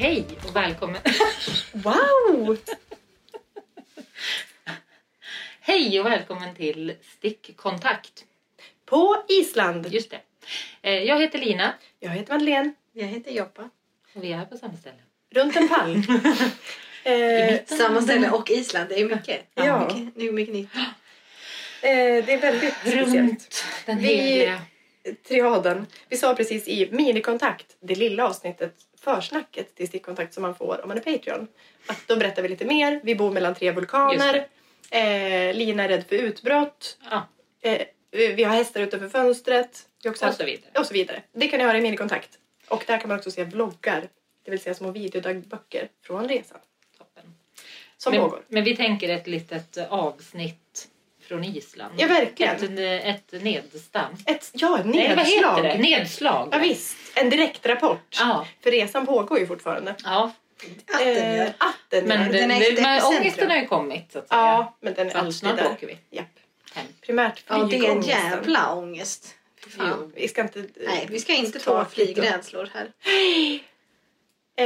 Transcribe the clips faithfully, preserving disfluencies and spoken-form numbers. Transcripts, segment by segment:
Hej och välkommen. Wow! Hej och välkommen till Stickkontakt. På Island. Just det. Eh, Jag heter Lina. Jag heter Madeleine. Jag heter Joppa. Och vi är på samma ställe. Runt en pall. eh, Samma ställe och Island, det är mycket. Ja. Ja. Mycket, det är mycket nytt. eh, det är väldigt speciellt. Runt den Vi- heliga. Triaden. Vi sa precis i minikontakt, det lilla avsnittet, försnacket till stickkontakt som man får om man är Patreon. Att då berättar vi lite mer. Vi bor mellan tre vulkaner. Eh, Lina är rädd för utbrott. Ja, Eh, vi har hästar utanför fönstret. Vi har också och så vidare. och så vidare. Det kan ni höra i minikontakt. Och där kan man också se vloggar. Det vill säga små videodagböcker från resan. Toppen. Som Men, pågår. men vi tänker ett litet avsnitt från Island. Ja, verkligen. Ett, ett nedstam. Ett, ja, ett Nej, vad heter det? nedslag. Nedslag. Ja, visst. En direktrapport. Ja. För resan pågår ju fortfarande. Ja, Att den Eh, gör. att den men, gör. det, Den är det, ett men epicentrum. ångesten har ju kommit så att säga. Ja, men den är Så alltid snart där. åker vi Japp. hem. Primärt Ja, det är en flygångesten. jävla ångest. Fy fan. Jo, vi ska inte... Nej, vi ska inte ta Tråkigt då. flygrädslor här. Eh,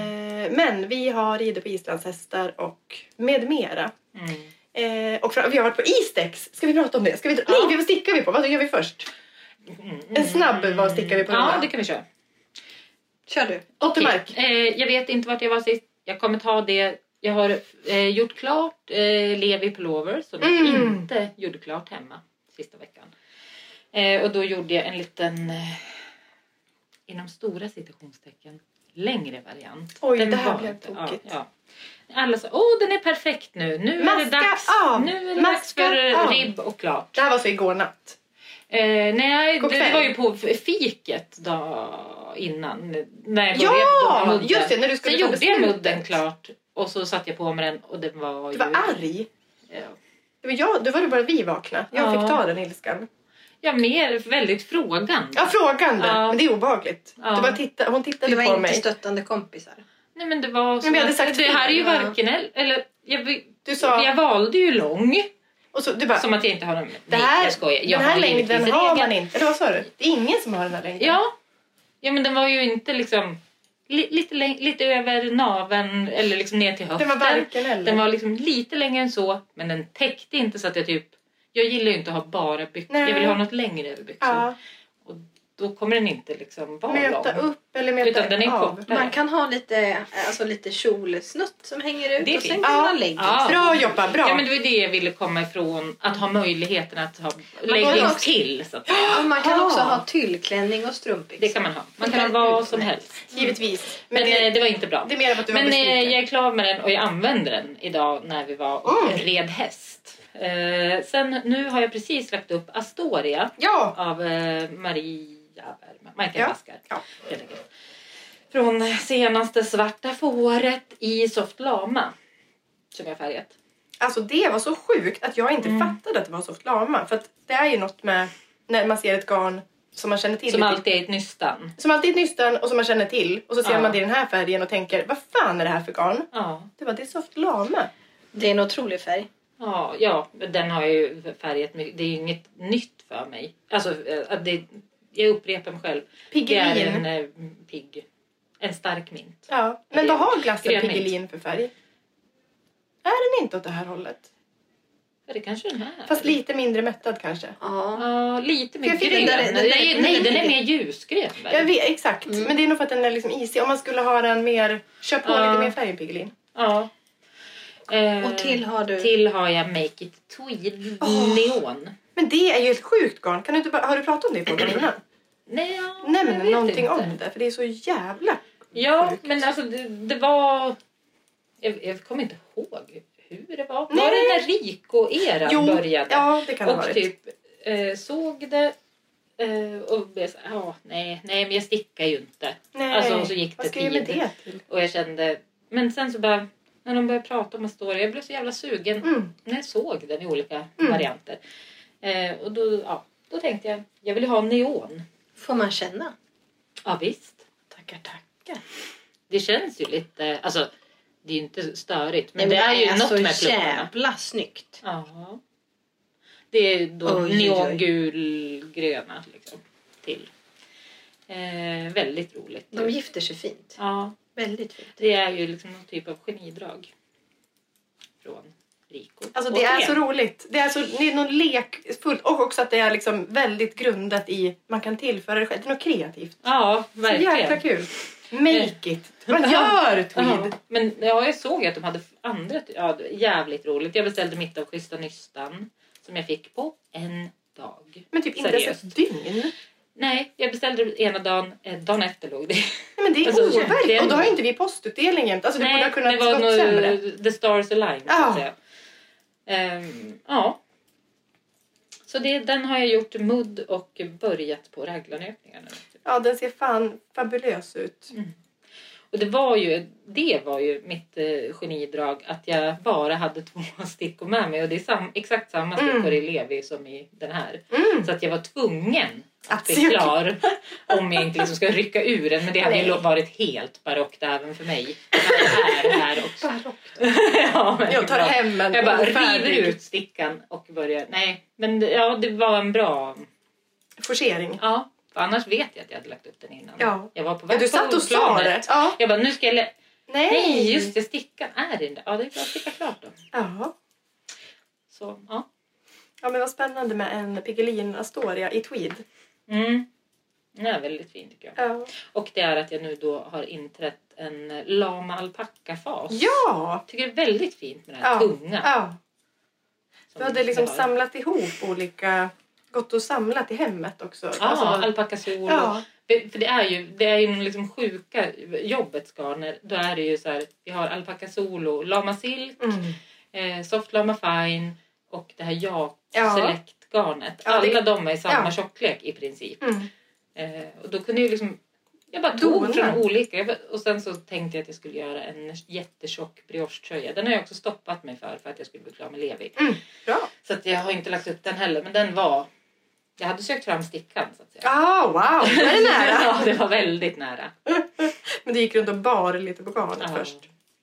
men vi har ridit på islandshästar och med mera. Mm. Eh, och fra- vi har varit på Istex. Ska vi prata om det? Ska vi dra- Ja. Nej, vad stickar vi på? Vad gör vi först? Mm. En snabb, vad stickar vi på? Ja, då? det kan vi köra. Kör du. Ottermark. Eh, jag vet inte vart jag var sist. Jag kommer ta det. Jag har eh, gjort klart eh, Levi Pullover som jag Mm. inte gjorde klart hemma sista veckan. Eh, och då gjorde jag en liten, eh, inom stora citationstecken, längre variant. Oj, Den det här var blev inte- tokigt. Ja, ja. Alla sa, åh den är perfekt nu. Nu är Maska det dags. av! Nu är det Maska dags för av! ribb och klart. Det här var så igår natt. Eh, nej, God det, det kväll. var ju på fiket dag innan. När jag Ja, började med mudden. just det, när du skulle Så ta gjorde jag beslutet. mudden klart. Och så satte jag på mig den och det var Du ju... var arg. Ja, Det var, jag, det var det bara vi vakna. Jag Ja. fick ta den ilskan. ja, mer väldigt frågande. Ja, frågande. Ja. Men det är obehagligt. Ja. Du bara titta, hon tittade Du var på inte mig. stöttande kompisar. Nej, men det var så vi hade att- sagt det här är ju fel, ja. varken el- eller jag, Du sa... jag valde ju lång. Och så, du bara... Som att jag inte har någon... det Nej, här, jag skojar. Jag den här har längden givetvis har egen. man inte. Eller vad sa du? Det är ingen som har den här längden. Ja. Ja, men den var ju inte liksom... Li, lite, läng- lite över naven eller liksom ner till höften. Den var varken eller. Den var liksom lite längre än så. Men den täckte inte så att jag typ... Jag gillar ju inte att ha bara byxor. Nej. Jag vill ha något längre över byxor. Ja. Och då kommer den inte liksom vara Möta lång. upp eller möta Utan den är av. kortare. Man kan ha lite, alltså lite kjolsnutt som hänger ut Det är och sen fint. kan Ja. man lägga. Ja. Bra jobbat, bra. Ja, men det var det jag ville komma ifrån. Att ha möjligheten att ha kan leggings också- till. Så att säga. Ja, man kan Ah. också ha tyllklänning och strumpbyxor. Det kan man ha. Man kan ha vad som helst. Givetvis. Men, Men, det, det, det var inte bra. det är mer av att du var Men eh, besviken. jag är klar med den och jag använde den idag när vi var och Mm. red häst. Eh, sen nu har jag precis lagt upp Astoria Ja! av eh, Maria Michael Ja. Baskar. Ja. helt enkelt. Från senaste svarta fåret i Soft Lama som jag färgat. Alltså det var så sjukt att jag inte Mm. fattade att det var soft lama. För att det är ju något med när man ser ett garn som man känner till. Som lite. alltid är ett nystan. Som alltid är ett nystan och som man känner till. Och så ser Ja. man det i den här färgen och tänker, vad fan är det här för garn? Ja. Det var det är soft lama. Det är en otrolig färg. Ja, ja, den har jag ju färgat mycket. Det är ju inget nytt för mig. Alltså, eh, att det, jag upprepar mig själv. Det är Piggelin. en eh, pigg. En stark mint. Ja. Men vad har glassen Grön mint. Piggelin för färg? Är den inte åt det här hållet? Ja, det kanske den här. Fast lite mindre mättad kanske. Ja. Ja, lite mer jag fick grön. den där- den där- nej, den nej, där- den är mer ljusgrön. väl? Jag vet, exakt. Mm. Men det är nog för att den är liksom isig. Om man skulle ha den mer, kör på Ja. lite mer färg i Piggelin. Ja. Eh, Och till har du... till har jag Make It Tweed Åh. Neon. Men det är ju ett sjukt garn. Kan du inte bara, har du pratat om det i podden innan? Nej, ja, jag Nämn vet någonting inte. om det. För det är så jävla Ja, sjukt. men alltså det, det var... Jag, jag kommer inte ihåg hur det var. Nej. Var det när Rico-eran Jo, började? ja det kan det ha Och varit. typ eh, såg det eh, och blev så, ja, nej, nej, men jag stickar ju inte. Nej, Alltså, och så gick vad det ska jag med tid. det till? Och jag kände, men sen så bara, när de började prata om Astoria, jag blev så jävla sugen Mm. när jag såg den i olika Mm. varianter. Eh, och då, ja, då tänkte jag, jag vill ha neon. Får man känna? Ja, visst. Tackar, tackar. Det känns ju lite, alltså det är ju inte störigt. Men Nej, det är ju alltså något med plupparna. jävla snyggt. Ja. Det är då Oj, oj, oj. neongulgröna liksom till. Eh, väldigt roligt. De gifter sig fint. Ja. Väldigt fint. Det är ju liksom någon typ av genidrag från Rico. Alltså det är så roligt. Det är, så, det är någon lekfullt. Och också att det är liksom väldigt grundat i... Man kan tillföra det själv. Det är något kreativt. Ja, verkligen. Så jäkla kul. Make it. Man gör tweed. Ja, men ja, jag såg att de hade andra... Ja, jävligt roligt. Jag beställde mitt av Schyssta Nystan. Som jag fick på en dag. Men typ inte ens Seriöst. ett dygn. Nej, jag beställde det ena dagen. Eh, dagen efter låg det. Nej, men det är Alltså, overkligt. egentligen- Och då har inte vi postutdelning jämt. Alltså det borde ha kunnat det var gått nog sämre. the stars aligned, så Ja. att säga. Ehm, ja. Så det, den har jag gjort mudd och börjat på raglanökningar nu. Ja, den ser fan fabulös ut. Och det var ju, det var ju mitt eh, genidrag att jag bara hade två stickor med mig. Och det är sam, exakt samma stickor Mm. i Levi som i den här. Mm. Så att jag var tvungen att Att bli sy- klar om jag inte liksom ska rycka ur den. Men det hade ju Nej. varit helt barockt även för mig. Det är här också. Ja, men Jag tar bra. hem en Jag bara ofärdig river ut stickan och börjar... Nej, men det- ja, det var en bra... forcering. Ja, för annars vet jag att jag hade lagt upp den innan. Ja. Jag var på Ja, väg du på satt och sa planet. det. Ja. Jag bara, nu ska jag... lä- Nej. Nej, just det, stickan är i den där. Ja, det är bra att sticka klart då. Ja. Så, ja. Ja, men vad spännande med en Piggelin Astoria i tweed. Mm. Det är väldigt fint tycker jag. Ja. Och det är att jag nu då har inträtt en lama alpacka-fas. Ja. Tycker det är väldigt fint med den här Ja. tunga. Ja. som Du hade liksom jag har. samlat ihop olika... Gått och samlat i hemmet också. Ja, Alltså, alpackasol. ja. För för det är ju, det är ju liksom sjuka jobbets garner. Då är det ju så här, vi har alpackasolo, lama silk, Mm. eh, soft lama fine och det här ja, Ja. select garnet. Ja, det- Alla de är i samma ja. tjocklek i princip. Mm. Eh, och då kunde jag liksom, jag bara tog Dona. från olika. Jag bara, och sen så tänkte jag att jag skulle göra en jättetjock brioche-tröja. Den har jag också stoppat mig för, för att jag skulle bli klar med Levi. Mm. Bra. Så att jag har inte lagt upp den heller, men den var, jag hade sökt fram stickan så att säga. Ah, wow. Det är nära. Ja, det var väldigt nära. Men det gick runt och bar lite på garnet Ja. först.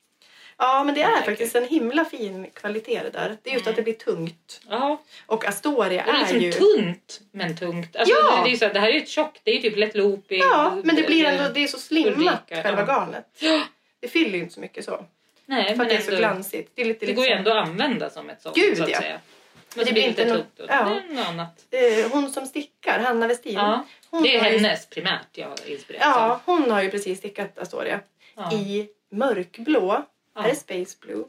Ja, men det är Verkligen. faktiskt en himla fin kvalitet det där. Det är just Mm. att det blir tungt. Ja, Och Astoria det är är liksom ju... tunt men tungt. Alltså, Ja! det, det, är ju så, här, det här är ju ett tjockt, det är ju typ lätt loopy. Ja, men det blir ändå, det är så slimmat Ulrika, själva ja. garnet. Ja. Det fyller ju inte så mycket så. Nej, För men att det är så ändå, glansigt. Det, är lite det går ju liksom- ändå att använda som ett sånt. Gud, så att ja. säga. Men Det det blir blir inte inte något- tungt. ja. Det är något annat. Eh, Hon som stickar, Hanna Westin. Ja, hon det är har ju- hennes primärt jag har inspirerats Ja, av. hon har ju precis stickat Astoria. Ja. I mörkblå. Ja. Här är Space Blue.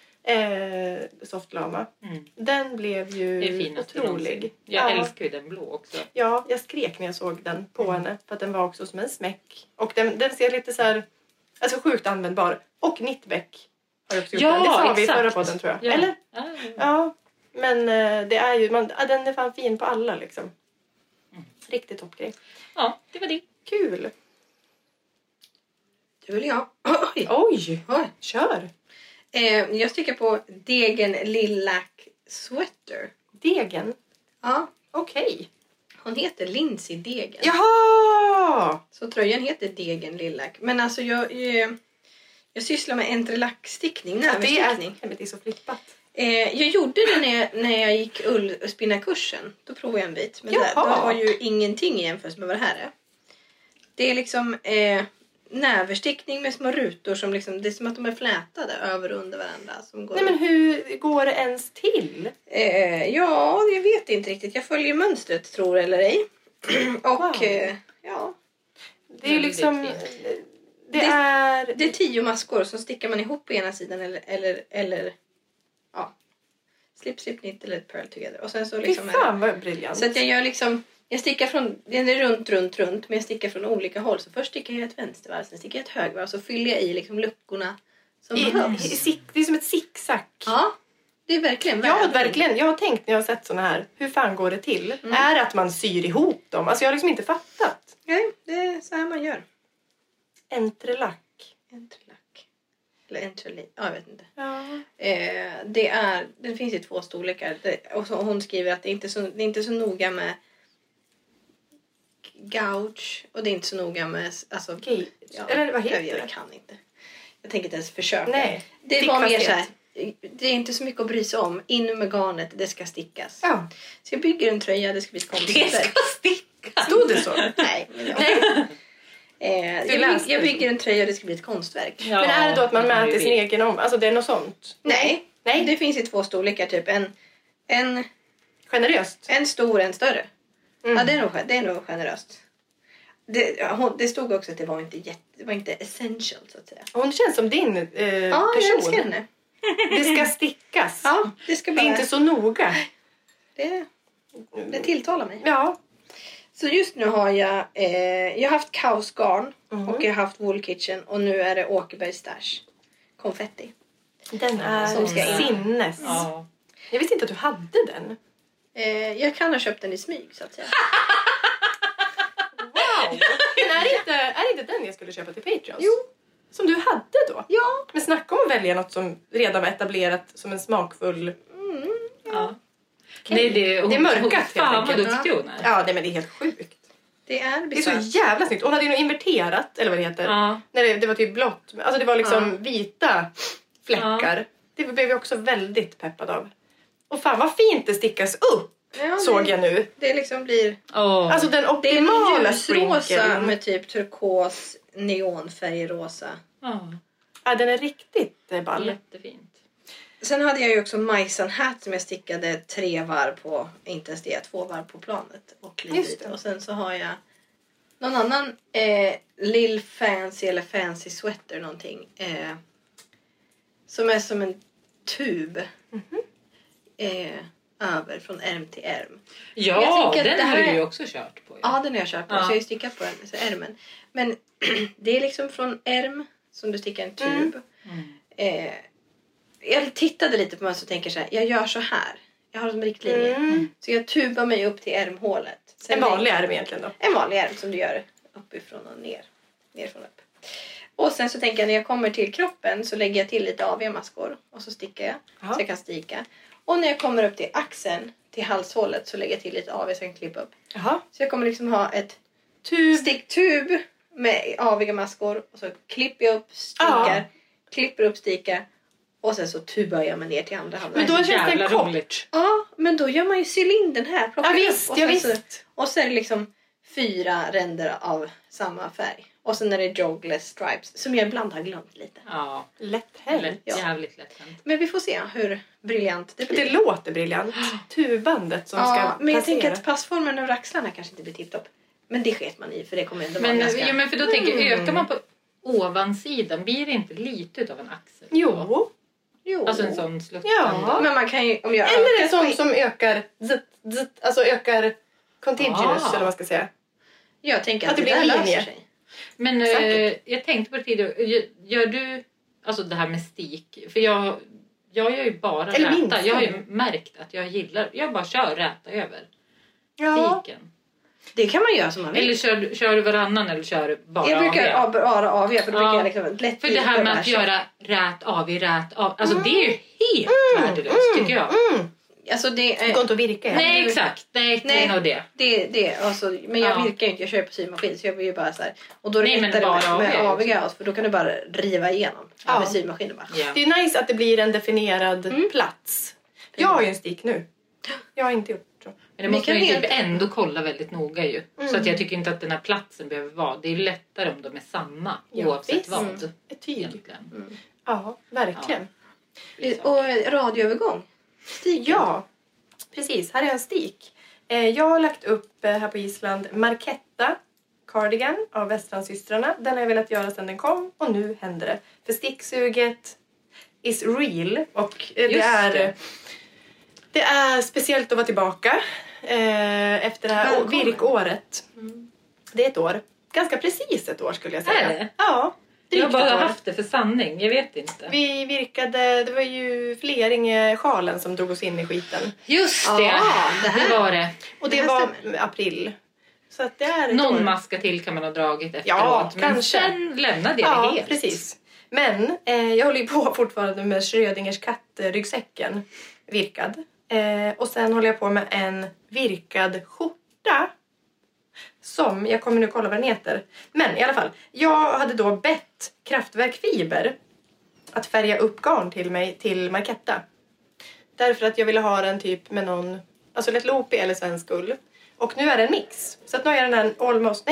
Eh, soft lama. Mm. Den blev ju Det är finaste någonsin. otrolig. Jag ja. älskar ju den blå också. Ja, jag skrek när jag såg den på Mm. henne. För att den var också som en smäck. Och den, den ser lite så här... Alltså sjukt användbar. Och Knitbeck har ju också gjort Ja, den. Det sa vi i exakt. förra podden tror jag. Ja. Eller? Ja. Ja. Men eh, det är ju... Man, ja, den är fan fin på alla liksom. Mm. Riktigt toppgrej. ja, det var det. Kul. Det vill jag. Oj. Oj! Oj. Kör! Eh, jag stickar på Degen Lillac Sweater. Degen. Ja, Okej. hon heter Lindsay Degen. Jaha! Så tröjan heter Degen Lillac. Men alltså jag, jag, jag sysslar med entrelackstickning, Det är, näverstickning. nej, men det är så flippat. Eh, jag gjorde det när jag, när jag gick ullspinnarkursen. Då provade jag en bit. Men det, Jaha. det var ju ingenting i jämförelse med vad det här är. Det är liksom eh, näverstickning med små rutor som liksom, det är som att de är flätade över och under varandra. Som går Nej, men hur går det ens till? eh, ja, jag vet inte riktigt. Jag följer mönstret, tror eller ej. Och Wow. eh, ja, Det är ju Väldigt liksom... fint. Det, Det- är... det är tio maskor som stickar man ihop på ena sidan eller, eller, eller ja, slip, slip, knit eller pearl together. Och sen så Fy liksom är det- fan vad briljant. Så att jag gör liksom, jag stickar från, den är runt, runt, runt, men jag stickar från olika håll. Så först stickar jag ett vänstervarv, sen stickar jag ett högervarv, så fyller jag i liksom luckorna som I, behövs. i, sick- det är som ett zigzag. Ja, det är verkligen Jag har värdefullt. verkligen, jag har tänkt när jag har sett såna här, hur fan går det till? Mm. Är det att man syr ihop dem? Alltså jag har liksom inte fattat. Nej, det är så här man gör. Entrelack. Entrelack. Eller entrelack, ja jag vet inte. Ja. Eh, det är, det finns ju två storlekar. Det, och så, hon skriver att det är inte så, det är inte så noga med gouge. Och det är inte så noga med, alltså, Okej. ja, Eller vad heter jag, jag det? kan inte. Jag tänker inte ens försöka. Nej. Det var mer Stickfasthet. så här. Det är inte så mycket att bry sig om. In med garnet, det ska stickas. Ja. Så jag bygger en tröja, det ska bli ett Det kompisar. ska sticka. Stod det så? Nej, men ja. Eh, jag, läste bygg, jag det. bygger en tröja och det ska bli ett konstverk. Ja, Men är det då att man det har mäter ju sin vi. egen om? Alltså det är något sånt? Nej, Nej. det finns i två storlekar typ. En, en, Generöst? en stor, en större. Mm. Ja, det är nog, det är nog generöst. Det, hon, det stod också att det var inte, jätte, det var inte essential så att säga. Hon känns som din eh, Ja, jag person. älskar henne. Det ska stickas. Ja, det ska Det bara... är inte så noga. det, det tilltalar mig. Ja. Så just nu har jag, eh, jag har haft kaosgarn Mhm. och jag har haft wool kitchen och nu är det Åkerbergs stash. Konfetti. Den är Som ska in. sinnes. Ja. Jag visste inte att du hade den. Eh, jag kan ha köpt den i smyg så att säga. Wow! Men är det, inte, är det inte den jag skulle köpa till Patreons? Jo. Som du hade då? Ja. Men snacka om att välja något som redan var etablerat som en smakfull... Mm, Ja. Nej, det, hon, Det är mörkat, helt Fan vad enkelt. duktig hon är. Ja, nej, men det är helt sjukt. det är Det är så bisarrt. jävla snyggt. Hon hade ju nog inverterat, eller vad det heter. Ja. När det, det var typ blått. Alltså det var liksom Ja. vita fläckar. Det blev jag också väldigt peppad av. Och fan vad fint det stickas upp, Ja, såg det, jag nu. det liksom blir... Åh. Alltså den Det är optimala ljusrosa sprinkeln. med typ turkos, neonfärgrosa. Ja, Ja, den är riktigt eh, ball. jättefint. Sen hade jag ju också Majsan hat som jag stickade tre varv på, inte ens det, två varv på planet. Och, Just lite. det. Och sen så har jag någon annan eh, Lill Fancy eller Fancy Sweater någonting. Eh, som är som en tub. eh, över från ärm till ärm. Jag Ja, tänker att den det har här du ju är- också kört på. ju. Ja, den har jag kört på. Ja. Så jag har ju stickat på den, så ärmen. Men det är liksom från ärm som du stickar en tub. Mm. Eh, jag tittade lite på mig och tänker så här, jag gör så här. Jag har som riktlinje. Mm. Så jag tubar mig upp till ärmhålet. Sen En vanlig ärm egentligen då. En vanlig ärm som du gör uppifrån och ner. Nerifrån upp. Och sen så tänker jag när jag kommer till kroppen så lägger jag till lite aviga maskor. Och så stickar jag. Jaha. Så jag kan sticka. Och när jag kommer upp till axeln, till halshålet, så lägger jag till lite aviga så jag kan klippa upp. Jaha. Så jag kommer liksom ha ett Tub. sticktub med aviga maskor. Och så klipper jag upp, stickar. Ja. Klipper upp, stickar. Och sen så tubar jag mig ner till andra handen. Men då Så känns den jävla kort. roligt. Ja, men då gör man ju cylindern här. Plockar Ja upp visst, och ja sen så- visst. Och så är det liksom fyra ränder av samma färg. Och sen är det jogless stripes som jag ibland har glömt lite. Ja, Lätt hänt. lätt, Ja. jävligt lätt hänt. Men vi får se hur briljant det blir. Det låter briljant. Tubandet som ja, ska men jag passera. tänker att passformen över axlarna kanske inte blir tipptopp. Men det sket man i för det kommer ändå vara Men, ganska... ja, men för då tänker jag, Mm. ökar man på ovansidan, blir det inte lite utav en axel? Jo. Jo. Alltså en sån sluttande. Ja. Men man kan ju... Om jag Eller ökar en sån på- som ökar zzzt, zzzt, alltså ökar contiguous Ah. eller vad man ska säga. Jag tänker Att att det det, blir där en löser linje. sig. Men eh, Säkert. jag tänkte på det tidigare, gör, gör du, alltså det här med stik, för jag, jag gör ju bara Eller räta. minst. Jag har ju märkt att jag gillar, jag bara kör räta över Ja. stiken. Det kan man göra som man vill. Eller kör, du- kör du varannan eller kör du bara jag brukar av bara avgöra för då Ja. brukar jag liksom lätt För det här bli med att överraskad. göra rät av i rät av, alltså det är ju helt värdelöst tycker jag. Mm. Alltså det Det är... går inte att virka igen. Nej exakt, nej det Nej. är nog det. Det, det, alltså, men jag Ja. virkar ju inte, jag kör på symaskin så jag vill ju bara så här. Och då är det Nej, men lättare bara med, med aviga, aviga alltså, för då kan du bara riva igenom Ja. med symaskinen bara. Ja. Det är nice att det blir en definierad Mm. plats. Jag har ju en stick nu. Jag har inte gjort så. Men det Vi måste kan man ju typ helt- ändå kolla väldigt noga ju. Så Mm. att jag tycker inte att den här platsen behöver vara. Det är ju lättare om de är samma Ja, oavsett visst. vad. Mm. Ett tyg. Egentligen. Ja, verkligen. Och radioövergång. Stigen. Ja, precis. Här är en stik. Eh, Jag har lagt upp eh, här på Island Marketta Cardigan av Västrandssystrarna. Den har jag velat göra sedan den kom och nu händer det. För sticksuget is real och eh, det Just är, det. det är speciellt att vara tillbaka eh, efter det här å- Välkommen. virkåret. Det är ett år. Ganska precis ett år skulle jag säga. Är det? Ja, Jag har drygt bara ett år. haft det för sanning, jag vet inte. Vi virkade, det var ju Fleringe-sjalen som drog oss in i skiten. Just Ja, det, det här. det var det. Och Det det här var stämmer. april. Så att det är ett år. Någon maska till kan man ha dragit efteråt. Ja, men kanske. sen lämnade jag Ja, det helt. precis. Men eh, jag håller ju på fortfarande med Schrödingers kattryggsäcken virkad. Eh, och sen håller jag på med en virkad skjorta. Som, jag kommer nu kolla vad den heter. Men i alla fall, jag hade då bett Kraftwerk Fiber att färga upp garn till mig till Marketta. Därför att jag ville ha den typ med någon, alltså Lätt Loopy eller svensk ull. Och nu är det en mix. Så att nu har jag den här almost, nej,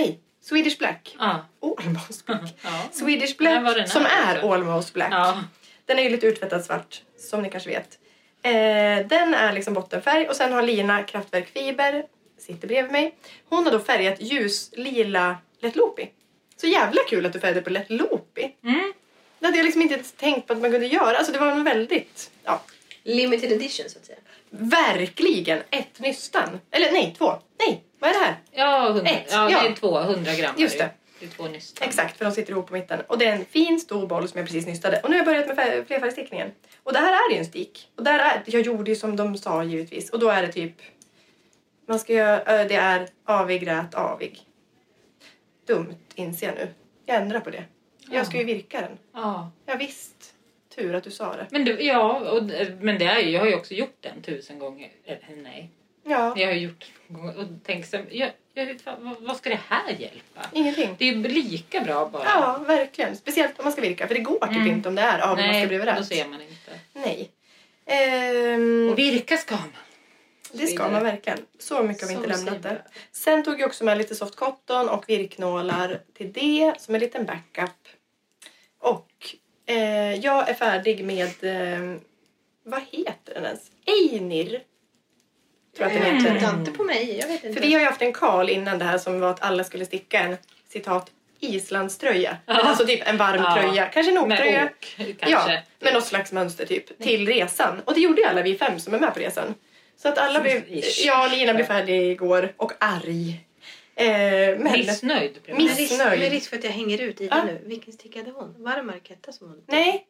Swedish Black. Ja. Almost Black. Ja. Swedish Där var Black den som här är också. Almost Black. Ja. Den är ju lite utvättad svart, som ni kanske vet. Eh, den är liksom bottenfärg och sen har Lina Kraftwerk Fiber, sitter bredvid mig. Hon har då färgat ljus lila Let Loopy. Så jävla kul att du färgade på Let Loopy. Mm. Det hade jag liksom inte tänkt på att man kunde göra. Alltså det var en väldigt, ja, Limited edition så att säga. verkligen ett nystan. Eller nej, två. Nej, vad är det här? Ja, hundra, Ett, ja, ja. det är tvåhundra gram. Just är det. Det är två nystan. Exakt, för de sitter ihop på mitten. Och det är en fin stor boll som jag precis nystade. Och nu har jag börjat med fär- flerfärgstickningen. Och det här är ju en stick. Och där är, jag gjorde ju som de sa givetvis. Och då är det typ, man ska göra, det är avig, rät, avig. Dumt, inser jag nu. Jag ändrar på det. Jag ska ju virka den. Ja. Ja visst, tur att du sa det. Men, du, ja, och, men det är ju, jag har ju också gjort den tusen gånger. Eller, nej, Ja, jag har ju gjort den gånger och tänkt så, jag, jag, vad, vad ska det här hjälpa? ingenting. Det är ju lika bra bara. Ja, verkligen. Speciellt om man ska virka. För det går typ Mm. inte om det är av man ska bredvid Nej, då rätt. ser man inte. Nej. Ehm, Och virka ska man. det ska man verkligen. Så mycket har vi inte Som lämnat sig det. Sen tog jag också med lite soft cotton och virknålar till det som en liten backup. Och eh, jag är färdig med, eh, vad heter den ens? Einir. Tror jag att den Mm. heter. Inte på mig, jag vet inte. För vi har ju haft en call innan det här som var att alla skulle sticka en, citat, islandströja. Alltså typ en varm Ja. tröja. Kanske en Med oktröja. ok, kanske. Ja, med något slags mönster typ. Till resan. Och det gjorde ju alla vi fem som är med på resan. Så att alla blev... Ish. Ja, Lina blev färdig igår. Och arg. Eh, men... Missnöjd. blev man. Med risk, missnöjd. med risk för att jag hänger ut Ida Ja. nu. Vilken stickade hon? Var det Marketta som hon? Nej.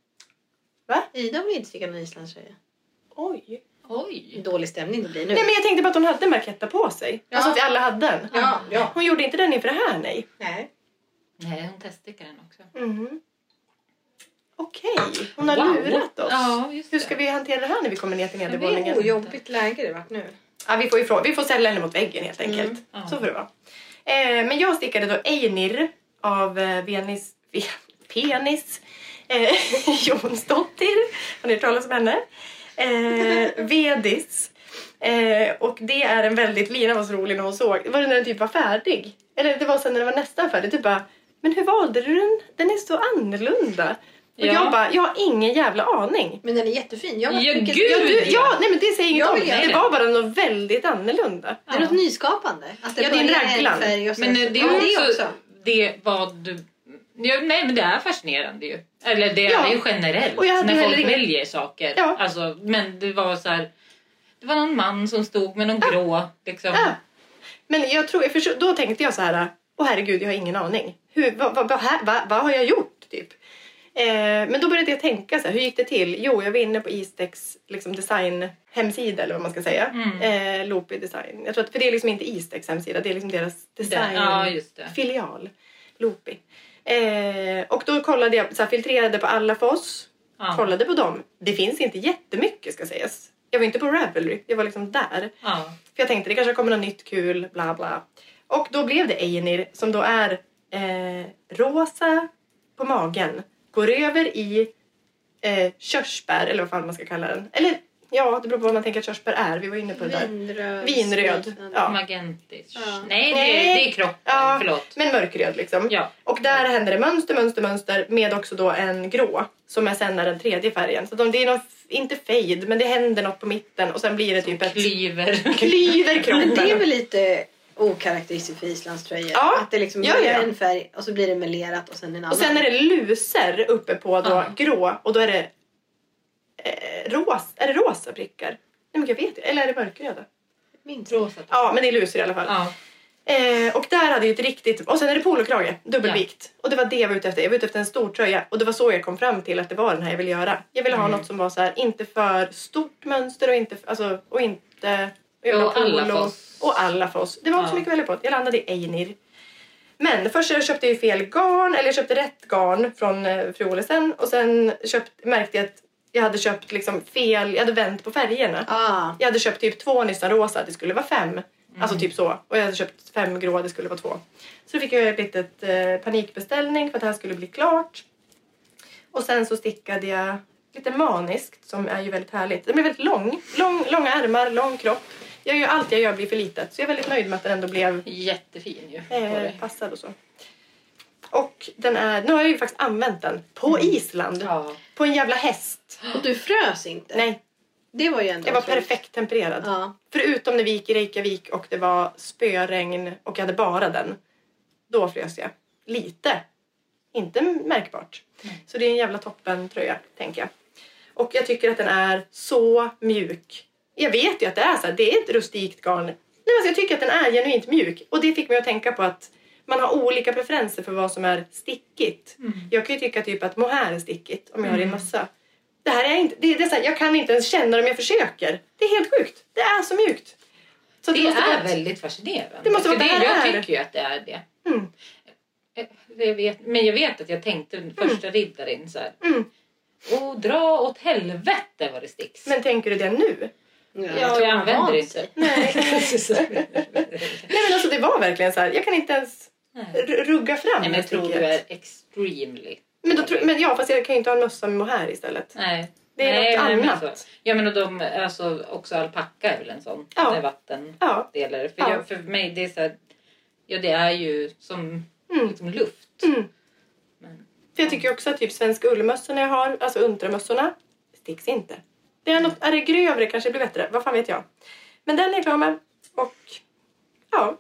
Ida vill inte sticka någon islandströja. Oj. Oj. Dålig stämning det blir nu. Nej, men jag tänkte bara att hon hade en Marketta på sig. Ja. Alltså att vi alla hade den. Ja, ja. Hon gjorde inte den inför det här, nej. Nej. Nej, hon teststickar den också. Mhm. Okej, hon har Wow. lurat oss. Ja, just Hur det. ska vi hantera det här när vi kommer ner till Jag nedervåningen? vet. Oh, jobbigt läge det vart nu. Ja, vi får ju fråga. Vi får ställa henne mot väggen helt enkelt. Mm. Ja. Så får det vara. Eh, men jag stickade då Einir av eh, Venis... Ve, penis. Eh, Jonsdottir. Har ni hört talas om henne? Eh, Vedis. Eh, och det är en väldigt... Lina var så rolig när hon såg. Det var när den typ var färdig. Eller det var sen när den var nästan färdig. Typ bara, men hur valde du den? Den är så annorlunda. Och Ja. jag bara, jag har ingen jävla aning. Men den är jättefin. Jag var Ja, mycket- gud! Ja, du, ja, nej men det säger inget Jag om. vill- Det var bara något väldigt annorlunda. Det är något nyskapande. Att det Ja, det är en börjar raglan. färg och sen Men så- eh, det Ja, är också det vad du... Ja, nej, men det är fascinerande ju. Eller det är Ja. ju generellt Och jag hade när folk heller ingen- väljer saker. Ja. Alltså, men det var så här... Det var någon man som stod med någon grå liksom. Ja. Men jag tror, för så- då tänkte jag så här, åh herregud, jag har ingen aning. Hur, vad, vad, vad, här- vad, vad har jag gjort typ? Eh, men då började jag tänka så här, hur gick det till? Jo, jag var inne på Istex liksom, design hemsida eller vad man ska säga. Mm. Eh, Loopy design. Jag tror att, för det är liksom inte Istex hemsida, det är liksom deras design Ja, just det. filial. Loopy. Eh, och då kollade jag, så här, filtrerade på alla foss. Ja. Kollade på dem. Det finns inte jättemycket ska sägas. Jag var inte på Ravelry, jag var liksom där. Ja. För jag tänkte det kanske kommer något nytt kul, bla bla. Och då blev det Einir som då är eh, rosa på magen. Går över i eh, körsbär, eller vad fan man ska kalla den. Eller ja, det beror på vad man tänker att körsbär är. Vi var inne på det där. Vinröd. Vinröd. liknande. Ja. Magentis. Ja. Nej, Nej. Det, det är kroppen. Ja. Förlåt. Men mörkröd liksom. Ja. Och där händer det mönster, mönster, mönster med också då en grå. Som är sen är den tredje färgen. Så de, det är någon, inte fade, men det händer något på mitten. Och sen blir det typ ett Klyver. klyver kroppen. Men det är väl lite okaraktäristiskt för islandströjor. Ja. Att det liksom Ja, börjar ja. en färg och så blir det melerat och sen en annan. Och sen är det luser uppe på då Ja. grå. Och då är det eh, ros, är det rosa prickar? Nej men jag vet inte. Eller är det mörkröda? Minst. Rosa. Ja, men det är luser i alla fall. Ja. Eh, och där hade ju ett riktigt... Och sen är det polokrage, dubbelvikt. Och det var det jag var ute efter. Jag var ute efter en stor tröja. Och det var så jag kom fram till att det var den här jag ville göra. Jag ville ha Mm. något som var så här, inte för stort mönster och inte... Alltså, och inte... Och, jag ville Och ha alla polo. foss. Och alla foss. Det var inte så Ja. mycket att välja på. Jag landade i Einir. Men först så köpte jag ju fel garn. Eller jag köpte rätt garn från eh, Fru Olesen. Och sen köpt, märkte jag att jag hade köpt liksom fel... Jag hade vänt på färgerna. Ah. Jag hade köpt typ två nystan rosa, det skulle vara fem. Alltså typ så. Och jag hade köpt fem grå, det skulle vara två. Så då fick jag ett litet eh, panikbeställning för att det här skulle bli klart. Och sen så stickade jag lite maniskt som är ju väldigt härligt. Den blev väldigt lång. lång långa ärmar, lång kropp. jag gör allt jag gör blir för litet. Så jag är väldigt nöjd med att den ändå blev Jättefin ju. på eh, dig. passad och så. Och den är, nu har jag ju faktiskt använt den på Island. Ja. På en jävla häst. Och du frös inte? Nej, Det var ju ändå jag var otroligt. perfekt tempererad. Ja. Förutom när vi gick i Reykjavik och det var spöregn och jag hade bara den. Då frös jag. Lite. Inte märkbart. Mm. Så det är en jävla toppen tröja, tänker jag. Och jag tycker att den är så mjuk. Jag vet ju att det är så här, det är ett rustikt garn. Nej, alltså jag tycker att den är genuint mjuk. Och det fick mig att tänka på att man har olika preferenser för vad som är stickigt. Mm. Jag kan ju tycka typ att mohair är stickigt om jag har en Mm. mössa. Det här är inte, det, det är så här, jag kan inte ens känna om jag försöker. Det är helt sjukt. Det är så mjukt. Så Det måste är vara- väldigt fascinerande. Det måste För vara det här jag är. tycker ju att det är det. Mm. Eh, Jag vet, men jag vet att jag tänkte den första riddaren så här. Mm. Och dra åt helvete vad det sticks. Men tänker du det nu? Ja, ja, tror jag man använder vant det inte. sig. Nej. Nej men alltså det var verkligen så här. Jag kan inte ens Nej. r- rugga fram Nej, men jag tror du stickighet. är extremely. Men, då, tror- men ja, fast jag kan ju inte ha en mössa med mohair istället. Nej. Det är Nej, något nej, men annat. så. Ja men och de, alltså också alpacka är väl en sån. Ja. Med vattendelar. Ja. För, Ja. jag, för mig det är så här, ja det är ju som Mm. liksom luft. Mm. Men, För jag tycker också att typ svenska ullmössorna jag har, alltså ultramössorna, sticks inte. Det är, något, är det grövre kanske det blir bättre. Vad fan vet jag. Men den är jag klar med. Och ja.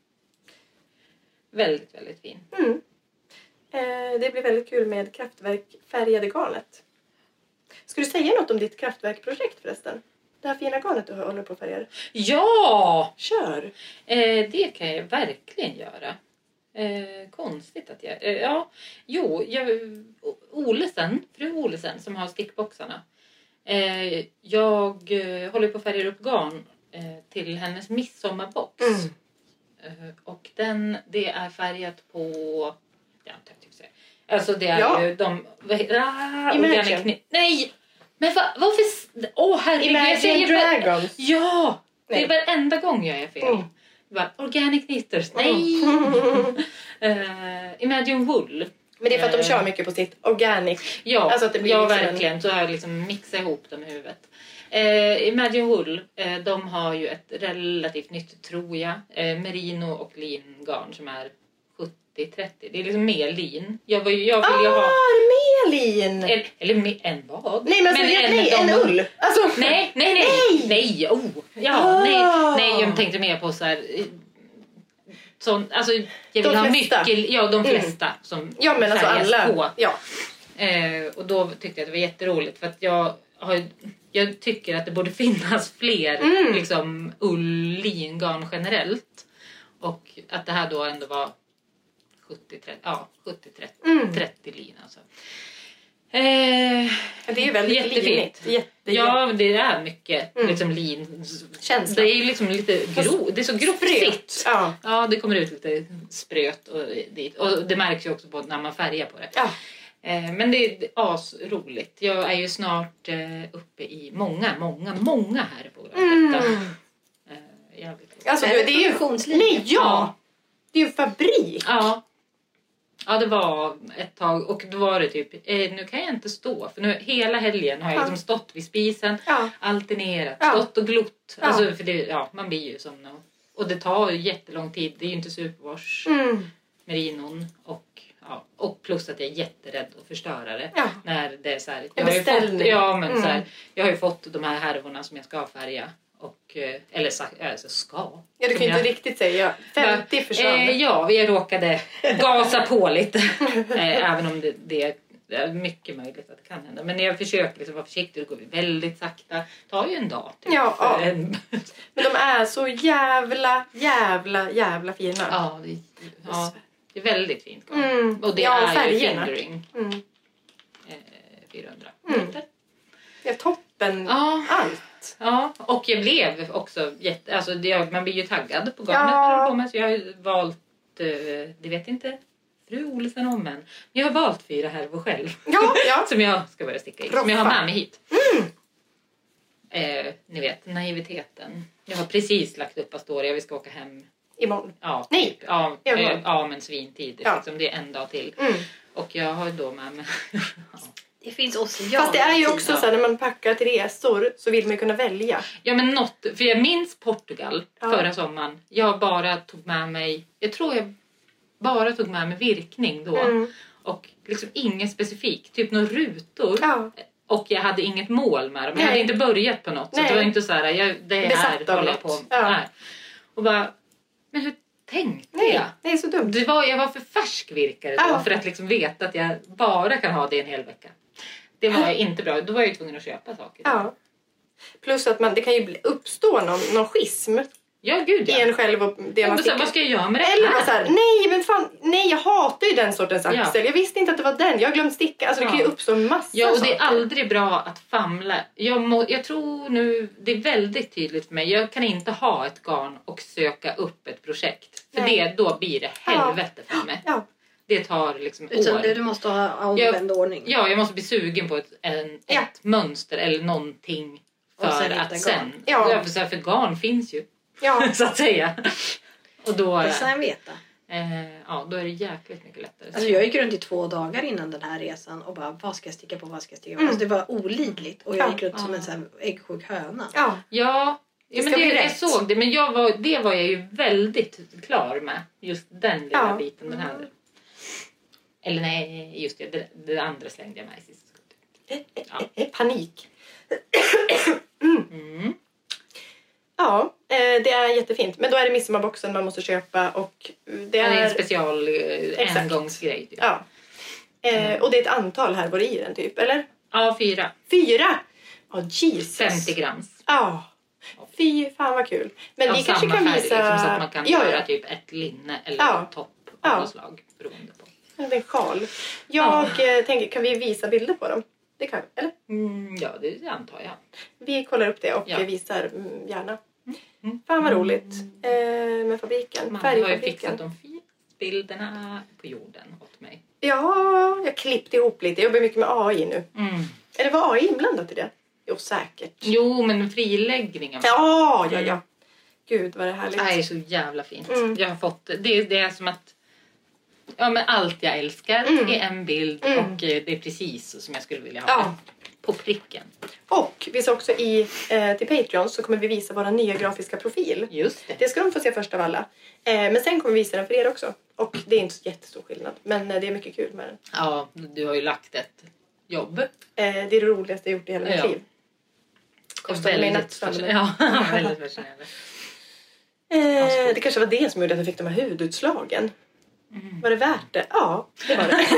väldigt, väldigt fin. Mm. Eh, det blir väldigt kul med kraftverkfärgade garnet. Ska du säga något om ditt kraftverkprojekt förresten? Det här fina garnet du håller på att färga. Ja! Kör! Eh, det kan jag verkligen göra. Eh, konstigt att jag... Eh, ja, jo, jag, Olesen, fru Olesen som har stickboxarna. Eh, jag eh, håller på att färga upp garn eh, till hennes midsommarbox. Mm. Eh, och den, det är färgat på... Ja, jag typ säga. Alltså det är Ja. ju de... vad he- Ah, Imagine. organic knit- Nej! Men va, varför... s- Åh oh, herregud, jag Imagine säger... Dragons. Ja! Nej. Det är varenda gång jag är fel. Mm. Bara, organic knitters. Nej! uh, Imagine wool. Men det är för att de Eh, kör mycket på sitt organic. Ja, Alltså att det blir ja liksom en- verkligen. Så har jag liksom mixat ihop dem i huvudet. Eh, Imagine wool, eh, de har ju ett relativt nytt, tror jag, eh, merino och lingarn som är sjuttio trettio. Det är liksom mer lin. Jag, var ju, jag vill ju Ah, ha... Melin! En, eller me- en vad? Nej men, alltså, Men nej, en de- ull. Alltså, Nej, nej, nej. Nej! Nej, oh. Ja, Ah. nej, nej, jag tänkte mer på så här... eh, Sån, alltså, jag vill De ha flesta. mycket... Ja, de Mm. flesta som ja men alltså färgas alla. på. Ja. Eh, och då tyckte jag att det var jätteroligt för att jag har, jag tycker att det borde finnas fler Mm. liksom ull-lingarn generellt. Och att det här då ändå var sjuttio trettio, ja, sjuttio trettio, Mm. trettio lin alltså. Eh, Det är ju väldigt Jättefint. linigt. Jätte, ja, det är mycket Mm. liksom lin. Känsla. Det är ju liksom lite gro, det är så gropsigt. Ja. Ja, det kommer ut lite spröt och dit. Och det märks ju också på när man färgar på det. Ja. Eh, men det är asroligt. Jag är ju snart eh, uppe i många, många, många här på detta. Mm. Eh, jävligt roligt. Alltså Är det det är ju... produktionslinje? Nej, ja! Det är ju en fabrik. Ja. Ja, det var ett tag. Och då var det typ, eh, nu kan jag inte stå. För nu hela helgen har jag Ja. liksom stått vid spisen. Ja. Alternerat, Ja. stått och glott. Ja. Alltså, för det, ja, man blir ju som nå- och det tar ju jättelång tid. Det är ju inte superwash, Mm. merinon och ja, och plus att jag är jätterädd att förstöra det. Ja. När det är så här, En jag har ju fått, beställning. ja, men Mm. så här, jag har ju fått de här härvorna som jag ska färga. Och, eh, eller så, alltså ska. Ja, du kan Som ju inte jag- riktigt säga. femtio försvann. Eh, ja, vi råkade gasa på lite. eh, även om det, det är mycket möjligt att det kan hända. Men jag försöker liksom vara försiktig. Det går väldigt sakta. Det tar ju en dag. Typ, Ja, för ja. En... Men de är så jävla, jävla, jävla fina. ja, det, ja, det är väldigt fint. garn. Mm. Och det Ja, och är färgerna. ju fingering. Mm. Eh, fyrahundra Mm. meter. Ja, toppen. Ja. Allt. Ja, och jag blev också jätte... Alltså det, man blir ju taggad på garnet Ja. man håller på med. Så jag har ju valt... Eh, det vet inte fru Olsen om än. Men jag har valt fyra härvor själv. Ja, ja. Som jag ska börja sticka i. Som jag har med mig hit. Eh, ni vet, naiviteten. Jag har precis lagt upp Astoria. Vi ska åka hem. Imorgon. Ja, Nej. typ. Ja, I eh, morgon. ja men svintid. Ja. Liksom, det är en dag till. Mm. Och jag har då med mig... ja, Det finns oceaner. Fast det är ju också så här, när man packar till resor så vill man ju kunna välja. Ja, men något, för jag minns Portugal Ja. förra sommaren. Jag bara tog med mig, jag tror jag bara tog med mig virkning då. Mm. Och liksom ingen specifik, typ några rutor. Ja. Och jag hade inget mål med dem. Jag Nej. hade inte börjat på något. Så Nej. det var inte så här, jag, det är här Besatt av håller jag på. något. Ja. Nej. Och bara, men hur tänkte Nej, jag? det är så dumt. Det var, jag var för färsk virkare då, Ja. för att liksom veta att jag bara kan ha det en hel vecka. Det var inte bra. Då var jag ju tvungen att köpa saker. Ja. Plus att man, det kan ju bli- uppstå någon, någon schism Ja, gud ja. i en själv och det Ja, man men så, här, stickar. vad ska jag göra med det Eller bara här? så här, nej men fan, nej jag hatar ju den sortens Ja. axel. Jag visste inte att det var den, jag har glömt sticka. Alltså det Ja. kan ju uppstå massa Ja, och det är saker. aldrig bra att famla. Jag, må, jag tror nu, det är väldigt tydligt för mig. Jag kan inte ha ett garn och söka upp ett projekt. För Nej. det, då blir det helvete för mig. Ja. Det tar liksom Utan år. du, du måste ha omvänd ordning. Ja, jag måste bli sugen på ett, en, Ja. ett mönster eller någonting. Och För sen hitta att garn. sen... Ja. Ja. För, så här, för garn finns ju, Ja. så att säga. Och då, Det ska jag veta. eh, ja, då är det jäkligt mycket lättare. Alltså jag gick runt i två dagar innan den här resan och bara, vad ska jag sticka på, vad ska jag sticka på? Mm. Alltså det var olidligt och jag Ja. gick runt som Ja. en sån här äggsjuk höna. Ja. Ja, ja ska men det, bli jag rätt. såg det. Men jag var, det var jag ju väldigt klar med. Just den lilla Ja. biten. Den här. Eller nej, just det. Det, det andra slängde jag med i sist. Ja. Panik. Mm. Ja, eh, det är jättefint. Men då är det midsommarboxen man måste köpa och det Det är en är... special eh, Exakt. engångsgrej. Typ. Ja. Eh, och det är ett antal härvor i den typ, eller? Ja, fyra. Fyra! Ja, Jesus. femtio grams. Ja. Fy fan vad kul. Men Av vi kanske samma kan färg, visa... liksom, så att man kan ja, göra ja. typ ett linne eller Ja. en topp av Ja. något slag. Beroende på. En sjal. Jag eh, tänker, kan vi visa bilder på dem? Det kan vi, eller? Mm, ja, det antar jag. Vi kollar upp det och Ja. visar mm, gärna. Mm. Fan vad roligt. Eh, med fabriken. Man har ju Färgfabriken. fixat de fina bilderna på jorden åt mig. Ja, jag klippte ihop lite. Jag jobbar mycket med A I nu. Mm. Eller var A I inblandat i det? Jo, säkert. Jo, men friläggningen. Ja, ja, ja. Gud vad det är härligt. Det är så jävla fint. Mm. Jag har fått, det, det är som att ja, men allt jag älskar Mm. är en bild Mm. och eh, det är precis så som jag skulle vilja ha Ja. det. På pricken. Och vi ska också i, eh, till Patreon så kommer vi visa vår nya grafiska profil. Just det. Det ska de få se först av alla. Eh, men sen kommer vi visa den för er också. Och det är inte så jättestor skillnad. Men eh, det är mycket kul med den. Ja, du har ju lagt ett jobb. Eh, det är det roligaste jag gjort i hela mitt Ja. liv. Kostade mig Väldigt nattsömnen. fascinerande. Ja, väldigt fascinerande. Eh, det kanske var det som gjorde att jag fick de här hudutslagen. Mm. Var det värt det? Ja, det var det.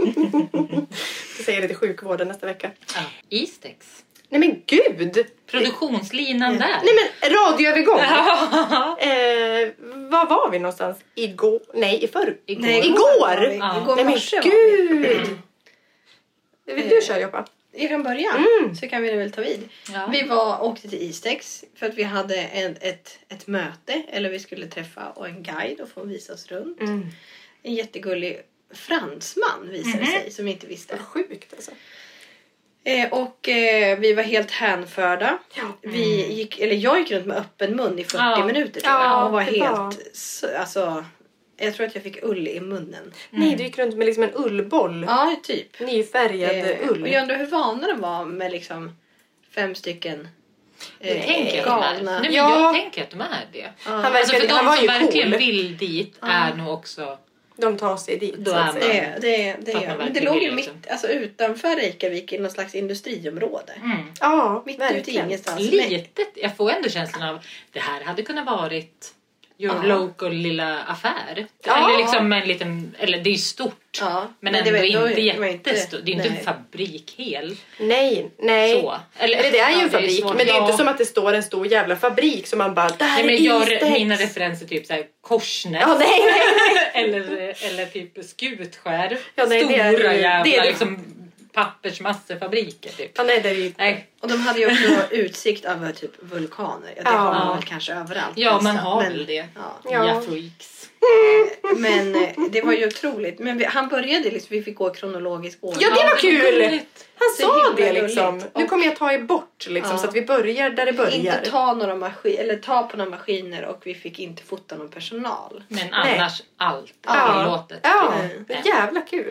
Jag säger det till sjukvården nästa vecka. Ja. Istex. Nej men gud! Produktionslinan där. Nej men radioövergång! Ja. Eh, var var vi någonstans? Igår? Nej, i förr. Igår. Nej, Igår? var vi. Ja. Igår Nej men morse var vi. gud! Vill du köra Joppa? Jag kan börja, Mm. så kan vi väl ta vid. Ja. Vi var, åkte till Istex för att vi hade en, ett, ett möte. Eller vi skulle träffa och en guide och få visa oss runt. Mm. En jättegullig fransman visade Mhm. sig som inte visste. Vad sjukt alltså. Eh, och eh, vi var helt hänförda. Ja. Vi gick, eller jag gick runt med öppen mun i fyrtio Ja. minuter tror jag. Ja, och var det helt, var- så, alltså, jag tror att jag fick ull i munnen. Nej, du gick runt med liksom en ullboll. Ja, typ. Nyfärgad Eh, ull. och jag undrar hur vana de var med liksom fem stycken Det eh, tänker jag att de är. galna. Nej, men Ja. jag tänker att de är det. Ja. Han Alltså för verkade, de han var som ju verkligen cool. vill dit är nog också... De tar sig dit. Då så att är man- säga. Det, det, det Att man gör. Men det verkligen låg ju vill, mitt, liksom. alltså utanför Reykjavik i någon slags industriområde. Mm. Ja, Mitt ute i verkligen. ingenstans. Litet. Jag får ändå känslan av det här hade kunnat varit your Ja. local lilla affär. Ja. Eller liksom en liten, eller det är stort. Ja, Men, det ändå var- då- inte det var inte- jättestort. Det är inte nej. en fabrik hel. Nej, nej. Så. Eller det är ju ja, en fabrik, svårt. men det är Ja. inte som att det står en stor jävla fabrik som man bara, där Nej, är men jag, Istex. mina referenser typ så här Korsnäs. Ja, nej, nej, nej. eller, eller typ Skutskär. Ja, nej, det är- Stora det är jävla det. liksom, pappersmassefabriker typ. Ja, nej, det är ju... Nej. Och de hade ju också utsikt över typ vulkaner. Ja, det Ja. har man väl kanske överallt. Ja, man nästan. har men, väl det. Ja. Ja. Ja, freaks. Men eh, det var ju otroligt. Men vi, han började liksom, vi fick gå kronologisk ordning. Ja, det var kul! gulligt. Han Det är sa himla det liksom. gulligt. Nu Och- kommer jag ta er bort liksom, Ja. så att vi börjar där det börjar. Inte ta några maskin eller ta på några maskiner och vi fick inte fota någon personal. Men annars allt Ja. tillåtet. Ja, Mm. det är jävla kul.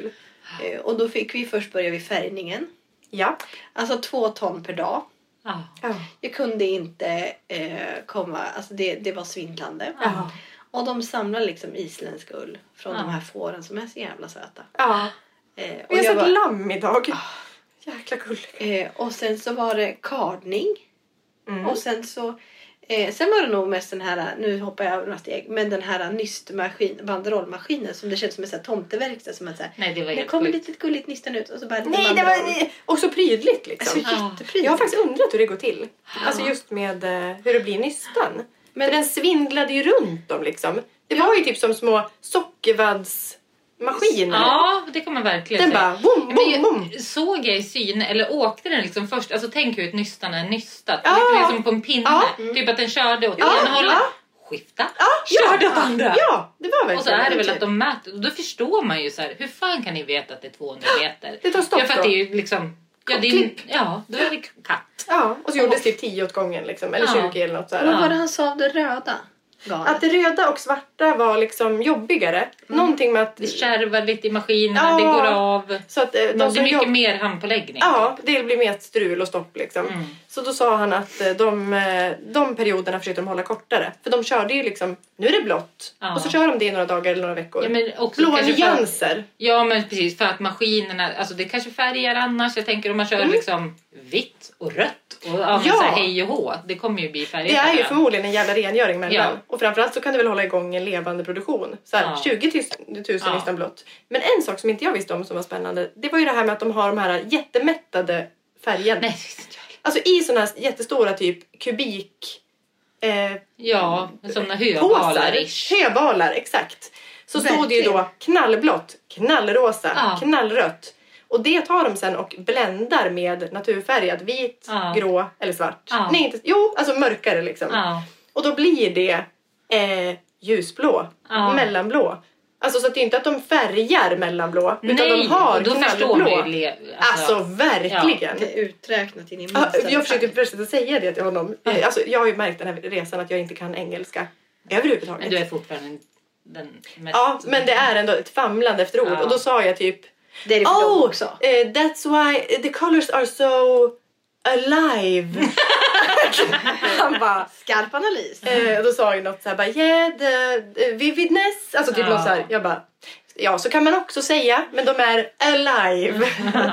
Eh, och då fick vi först börja vid färgningen. Ja. Alltså två ton per dag. Ja. Ja. Jag kunde inte eh, komma, alltså det, det var svindlande. Ja. Och de samlar liksom isländsk ull från Ja. de här fåren som är så jävla söta. Ja. Eh, och, Vi har jag sett var, lamm idag. Jäkla gulligt. eh, och sen så var det kardning. Mm. Och sen så eh, sen var det nog mest den här, nu hoppar jag över några steg, men den här nystmaskin, banderollmaskinen som det känns som en sån här tomteverkstad som att säga, Nej, det var det helt kommer sjukt. lite gulligt nystan ut och så bara lite Nej, det banderoll. var också prydligt liksom. Alltså Ja. jätteprydligt. Jag har faktiskt undrat hur det går till. Alltså just med eh, hur det blir nystan. Men- Men den svindlade ju runt dem liksom. Det var ju typ som små sockervaddsmaskiner. Ja, det kan man verkligen Den säga. bara boom, Men boom, jag, boom. såg jag i syn, eller åkte den liksom först, alltså tänk hur ett nystan är nystat. Ja. Liksom på en pinne. Ja. Typ att den körde åt Ja, ena hållet, ja. skifta, Ja, körde ja. åt andra. Ja, det var verkligen Och så är det väl typ. att de mäter, och då förstår man ju så här, hur fan kan ni veta att det är tvåhundra meter? Det tar stopp Ja, för att då. det är ju liksom, ja, det är, Klipp. ja då är det katt. Ja, och så gjordes typ tio åt gången liksom. Eller Ja. tjugo eller något Vad sådär. var det han sa av det röda garnet? Att det röda och svarta var liksom jobbigare. Någonting med att... Det kärvar lite i maskinerna, Ja. det går av. Så att eh, de Men det är som mycket jobb... mer handpåläggning. Ja, det blir mer strul och stopp liksom. Mm. Så då sa han att eh, de, eh, de perioderna försökte de hålla kortare. För de körde ju liksom, nu är det blått. Ja. Och så kör de det i några dagar eller några veckor. Ja, men också Blåa kanske för- nyanser. Ja, men precis, för att maskinerna, alltså det kanske färgar annars. Jag tänker om man kör liksom vitt och rött och ja, Ja. så här hej och hå, det kommer ju bli färger. Det är ju där. förmodligen en jävla rengöring mellan. Ja. Och framförallt så kan du väl hålla igång en levande produktion. Så här, Ja. tjugo tusen Ja. nystan blått. Men en sak som inte jag visste om som var spännande. Det var ju det här med att de har de här jättemättade färgerna. Nej, det visste inte jag. Alltså i såna här jättestora typ kubik... Eh, Ja, sådana påsar. höbalar-ish. Höbalar, exakt. Så stod det ju Verkligen. då knallblått, knallrosa, Ja. knallrött. Och det tar de sen och bländar med naturfärgad vit, Ja. grå eller svart. Ja. Nej, inte, jo, alltså mörkare liksom. Ja. Och då blir det eh, ljusblå, Ja. mellanblå. Alltså så att det är inte att de färgar mellanblå, utan Nej, de har och då förstår man ju knallblå. le- Alltså verkligen. Det är uträknat in i Ja, minsta jag försökte detalj. försöka säga det till honom. Ja. Alltså, jag har ju märkt den här resan att jag inte kan engelska överhuvudtaget. Men du är fortfarande den mest... Ja, men det är ändå ett famlande efter ord. Ja. Och då sa jag typ... Det är det för dem Oh, också. eh, that's why the colors are so alive. Han bara... Skarp analys. Eh, och då sa jag något så här bara, yeah, the, the vividness. Alltså typ Ja. något så här. Jag bara, ja så kan man också säga. Men de är alive.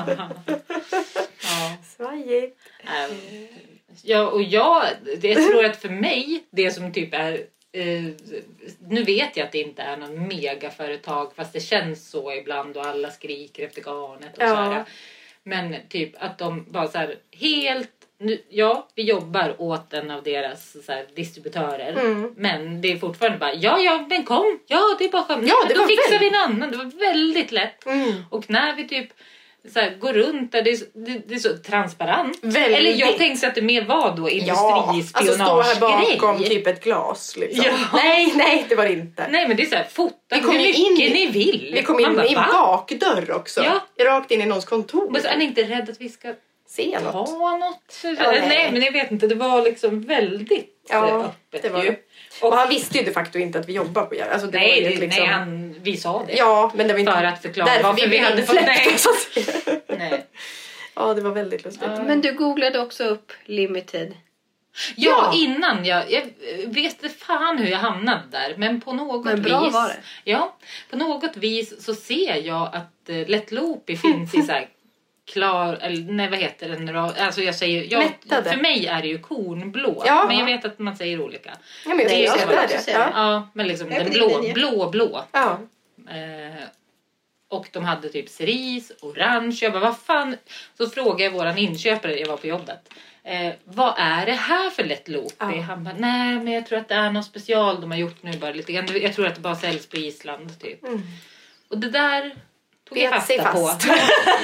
Ja. Svajigt. Ehm, Ja, och jag, det, jag tror att för mig, det som typ är... Eh, nu vet jag att det inte är någon megaföretag, fast det känns så ibland och alla skriker efter garnet och Ja. så här. Men typ att de bara så här helt... Nu, ja, vi jobbar åt en av deras så här, distributörer. Mm. Men det är fortfarande bara, ja, ja, men kom. Ja, det är bara skönt. Ja, det Då var fixar väldigt- vi en annan. Det var väldigt lätt. Mm. Och när vi typ så här, går runt där, det är, så- det, det är så transparent. Väldigt. Eller jag tänkte att det mer var då Ja, alltså stå här industrispionage-grej. bakom typ ett glas liksom. Ja. Nej, nej det var det inte. Nej, men det är så här, fota Vi kom hur ju mycket in- ni vill. Vi kom in Man bara, i en va? bakdörr också. Ja. Rakt in i någons kontor. Men så är ni inte rädda att vi ska Se något. ta något? Ja, nej. nej. men jag vet inte. Det var liksom väldigt Ja, eh, öppet det var ju. det. Och, Och han visste ju de facto inte att vi jobbar på alltså, det var nej, ju det, liksom... nej han, vi sa det. Ja, men det var inte... För att förklara därför varför vi blev hade fått nej. insläppta, så att säga. nej. Ja, det var väldigt lustigt. Ja. Men du googlade också upp limited. Ja, Ja. innan jag, jag vet inte fan hur jag hamnade där, men på något Men bra vis. var det. Ja, på något vis så ser jag att uh, Let Loopy finns i så här klar, eller nej vad heter den då? Alltså jag säger, jag, Mättade. för mig är det ju kornblå, Ja. men jag vet att man säger olika. Ja, men det Det är är så det. jag Är också det. säga. Ja. Ja, men liksom Jag är den på din blå, linje. blå, blå. Ja. Eh, och de hade typ cerise, orange. Jag bara, vad fan? Så frågade jag våran inköpare, jag var på jobbet. Eh, vad är det här för Let Loopy? Ja. Han bara, nej men jag tror att det är något special de har gjort nu bara lite grann. Jag tror att det bara säljs på Island typ. Mm. Och det där tog jag Bet sig fasta på. fast.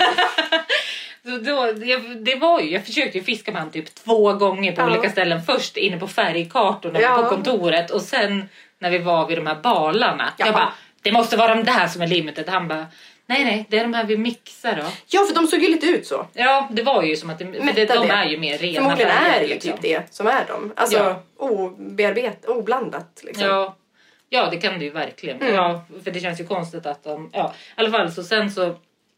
Så då, jag, det var ju, jag försökte ju fiska med han typ två gånger på Ja. olika ställen. Först inne på färgkartorna Ja. på kontoret och sen när vi var vid de här balarna. Ja. Jag bara, det måste vara de där som är limited. Han bara, nej nej, det är de här vi mixar då. Ja, för de såg ju lite ut så. Ja, det var ju som att det, för det, Mättade. de är ju mer rena Förmodligen färger, är det ju liksom. typ det som är dem. Alltså Ja. obearbet, oblandat liksom. Ja. Ja, det kan det ju verkligen. Mm. Ja, för det känns ju konstigt att de... Ja, i alla fall så sen så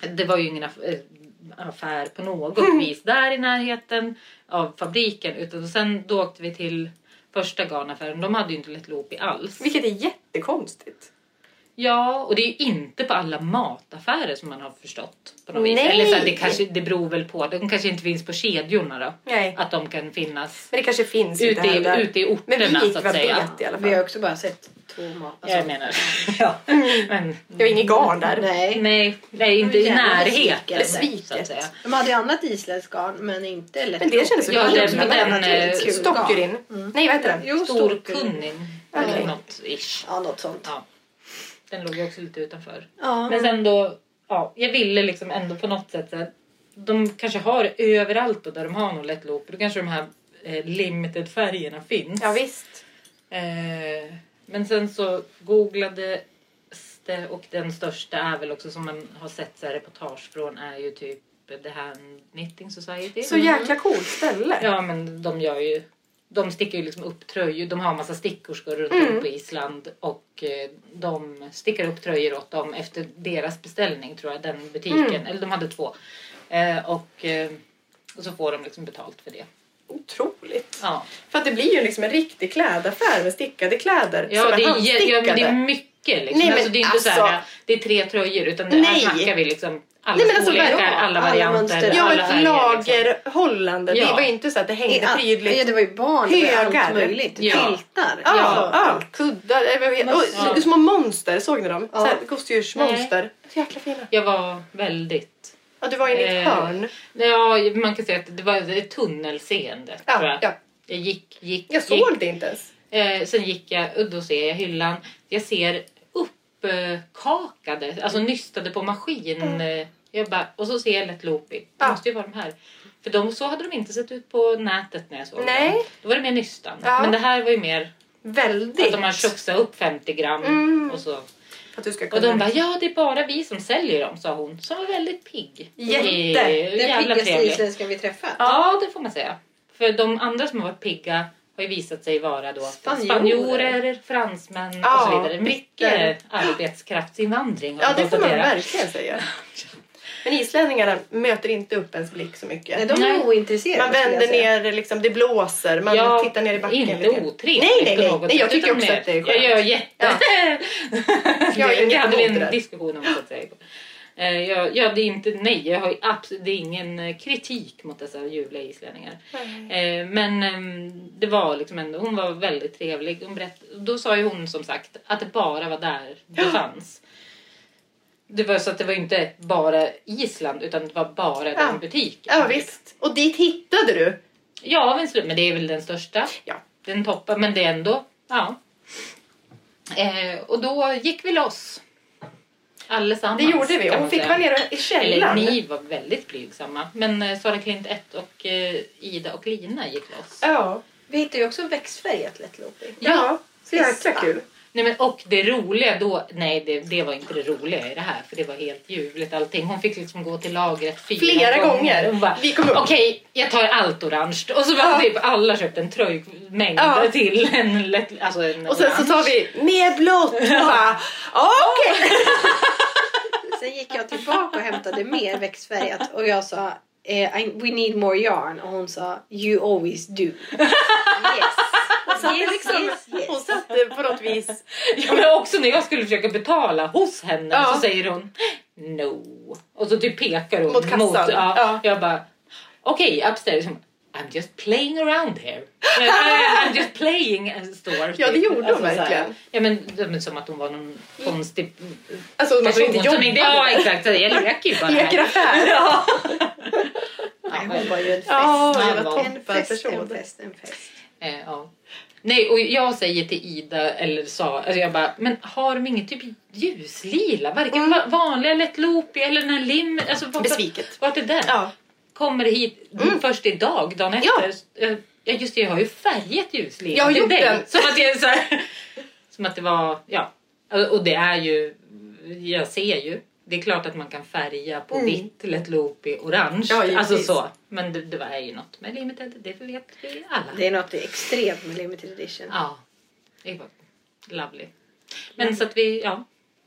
Det var ju ingen aff- affär på något vis där i närheten av fabriken. Utan sen då åkte vi till första garnaffären. De hade ju inte Let Loopy alls. Vilket är jättekonstigt. Ja, och det är ju inte på alla mataffärer som man har förstått på något vis. Nej. Eller så här, det, kanske, det beror väl på. De kanske inte finns på kedjorna då. Nej. Att de kan finnas Men det kanske finns ute inte i, där. ute i Men vi orterna gick så att väl säga. bet i alla Vi har fall. också bara sett två mat. Alltså, Jag menar, ja. Men, Det var inget garn där. nej. nej, nej, inte i Jävla närheten. besvikelse. Så att säga. De hade ju annat isländskt garn men inte lätt. Men det kändes så Ja, kul. den- också. men den, eh, Stockurin. Nej, vad heter den? Jo, Storkunnig. Okej. Eller något ish. Ja, något sånt. Ja. Den låg ju också lite utanför. Ja. Men sen då, ja, jag ville liksom ändå på något sätt så här, de kanske har överallt och där de har någon Let Loopy. Då kanske de här eh, limited färgerna finns. Ja, visst. Eh, men sen så googlade det och den största är väl också som man har sett så här reportage från är ju typ The Hand Knitting Society. Så jäkla coolt ställe. Ja, men de gör ju, de stickar ju liksom upp tröjor. De har massa stickorskor runt Mm. om på Island och eh, de stickar upp tröjor åt dem efter deras beställning tror jag, den butiken. Mm. Eller de hade två. Eh, och, eh, och så får de liksom betalt för det. Otroligt. Ja, För att det blir ju liksom en riktig klädaffär med stickade kläder. ja, som det, är är, ja handstickade. men det är mycket liksom. Nej, men alltså, det är inte alltså- så här, det är tre tröjor utan det, här Nej. snackar vi liksom alla Nej, men alltså, storlekar, vadå? alla Alla varianter, mönster. Ja, alla ett färger. Liksom. lagerhållande. Ja. Det var ju inte så att det hängde Ja, prydligt. ja, det var ju barn, det var ju Högar. allt möjligt. Ja. Filtar. Ja, Ja. ja, kuddar. eh, vad vet- Mössor. Och små monster, såg ni dem? Ja. Så här, gosedjursmonster. Så jäkla fina. Jag var väldigt... Ja, du var i mitt Eh, hörn. Ja, man kan säga att det var ett tunnelseende. tror Ja, jag. ja. Jag gick, gick, Jag såg gick. det inte ens. Eh, sen gick jag, och då ser jag hyllan. Jag ser uppkakade, alltså nystade på maskin. Eh, Jag bara, och så ser jag Let Loopy. Det Ja. måste ju vara de här. För de, så hade de inte sett ut på nätet när jag såg Nej. dem. Då var det mer nystan. Ja. Men det här var ju mer Väldigt. att de har tjoxat upp femtio gram. Mm. Och, så. För att du ska och kunna... de bara, ja det är bara vi som säljer dem, sa hon. Som var väldigt pigg. Jätte. Eh, Den Jävla piggaste trevlig. isländskan vi träffat. Ja, det får man säga. För de andra som har varit pigga har ju visat sig vara då Spanjorer. spanjorer, fransmän Ja, och så vidare. britter. Mycket arbetskraftsinvandring har Ja, vi det får man konstaterat. verkligen säga. Men islänningarna möter inte upp ens blick så mycket. Nej, de är Nej. ointresserade. Man skulle jag vänder säga. ner, liksom, det blåser, man Ja, tittar ner i backen. Inte lite. otrevligt Nej, nej, på nej. något Nej, jag sätt, tycker utan också mer- att det är skönt. Jag gör jätte... Ja. Jag har det inget hade vi emot det en där. diskussion om så att säga. Eh, Jag, ja, det är inte, nej, jag har ju absolut, det är ingen eh, kritik mot dessa ljuvliga islänningar. Eh, Men ehm, det var liksom ändå, hon var väldigt trevlig. Hon berätt, då sa ju hon som sagt att det bara var där det fanns. Det var så att det var inte bara Island utan det var bara Ja. den butiken. Ja, visst. Och dit hittade du. Ja, av en slump, men det är väl den största. Ja. Den toppar, men det är ändå, ja. Eh, och då gick vi loss. Allesammans. Det gjorde vi. kan Hon man fick säga. vara nere i Eller källaren. ni var väldigt blygsamma. Men eh, Sara Klint ett och eh, Ida och Lina gick loss. Ja. Vi hittade ju också växtfärgat Let Loopy. Ja. Så jäkla Visst. kul. Nej, men, och det roliga då, nej det, det var inte det roliga i det här. För det var helt ljuvligt allting. Hon fick liksom gå till lagret fyra Flera gånger. Hon bara, Vi kom upp. okej, jag tar allt orange. Och så var Ja. typ alla köpt en tröjmängd Ja. till en, lätt, alltså en Och sen så orange. sa vi, mer blått. Och bara, okej. Sen gick jag tillbaka och hämtade mer växtfärgat och jag sa eh, I, we need more yarn och hon sa you always do. Yes. Hon satte Yes, liksom, yes, yes. hon satte på något vis. Ja, men också när jag skulle försöka betala hos henne Ja. så säger hon no. Och så typ pekar hon Mot kassan. ja, Ja. Jag bara okej, okay, upstairs. I'm just playing around here. I'm just playing a store. Ja, det gjorde hon så här. verkligen. Ja, men, men som att hon var någon konstig Alltså man får person inte som jobba. inte, ja, exakt. Jag leker ju bara Leker här. affär. Ja. Nej, hon var ju en fest. Ja, Ja, det det var var En toppen fest, en person. fest, en fest. Eh, ja. Nej, och jag säger till Ida, eller sa, alltså jag bara, men har de inget typ ljuslila? Varken Mm. va- vanliga Let Loopy eller den här lim, alltså vart, Besviket. vart är den? Ja. Kommer det hit Mm. först idag, dagen Ja. efter? Eh, Ja, just det, jag har ju färgat ljuslila. Jag har till gjort dig. den. Som att, jag, är så här, som att det var, ja. Och det är ju, jag ser ju. Det är klart att man kan färga på Mm. vitt, Let Loopy, orange. Ja, givetvis. alltså så. Men det, det var ju något med limited, det vet vi alla. Det är något extremt med limited edition. Ja, det var lovely. Men så att vi, ja.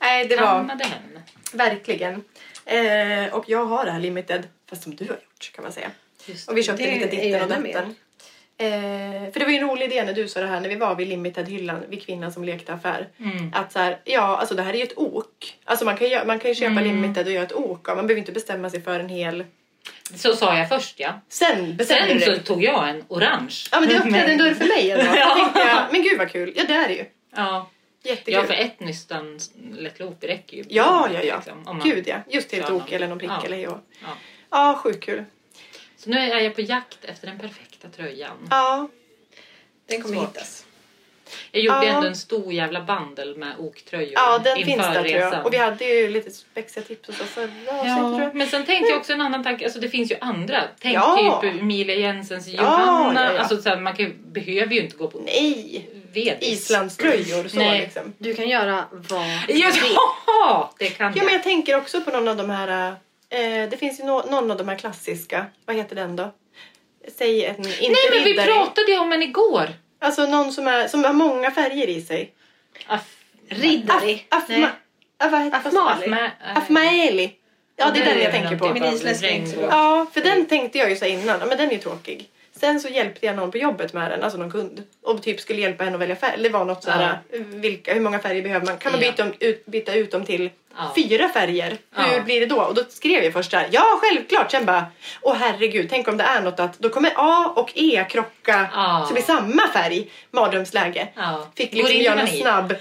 Nej, det var Kammade hem. verkligen. Eh, och jag har det här limited, fast som du har gjort kan man säga. Just Och vi köpte det lite är ditten och ännu mer. datten. Eh, för det var ju en rolig idé när du sa det här när vi var vid limited-hyllan vid kvinnan som lekte affär. Mm. Att så här, ja alltså det här är ju ett ok. Alltså man kan ju, man kan ju köpa Mm. limited och göra ett ok. Och man behöver inte bestämma sig för en hel. Så sa jag först, ja. Sen bestämde Sen du så dig. tog jag en orange. Ja men det öppnade en dörr för mig ändå. Ja. Jag tänkte jag, men gud vad kul. Ja det är det ju. Ja. Jättekul. Ja, för ett nystan lätt loop räcker ju. Ja, ja, ja. Liksom, om man- Gud ja. Just till ett kör ok någon. eller någon prick Ja. eller hej. Ja. Ja, sjukt kul. Så nu är jag på jakt efter den perfekta tröjan. Ja. Den kommer Svårt. hittas. Jag gjorde Ja. ändå en stor jävla bandel med oktröjor Ja, den inför finns där tror jag. resan. Och vi hade ju lite spexiga tips och så förra avsnittet tror Ja, jag. men sen tänkte jag också en annan tanke. Alltså det finns ju andra. Tänk Ja. typ Emilia Jensens Johanna. ja, ja. Alltså så här, man kan, behöver ju inte gå på Nej! vedis. Islandströjor så Nej. liksom. Du kan göra vad du vill. Ja, det kan Ja, jag. men jag tänker också på någon av de här... Eh, det finns ju no- någon av de här klassiska. Vad heter den då? Säg en... Inte Nej, men vi riddare. pratade ju om en igår. Alltså någon som, är, som har många färger i sig. Aff, Riddari. Af, Nej. afma, af, vad heter- Afmali. Afma- Afmaeli. Ja, det är det den är jag tänker på. någonting Min isländska är inte så bra. Ja, för den tänkte jag ju så innan. Ja, men den är ju tråkig. Sen så hjälpte jag någon på jobbet med den, alltså någon kund. Och typ skulle hjälpa henne att välja färg. Det var något sådär, vilka, hur många färger behöver man? Kan man Ja. byta, om, ut, byta ut dem till Ja. fyra färger? Hur Ja. blir det då? Och då skrev jag först där, ja självklart. Sen bara, åh herregud, tänk om det är något att då kommer A och E krocka Ja. så det blir samma färg. Mardrömsläge. Ja. Fick Går liksom in i göra en panik. snabb,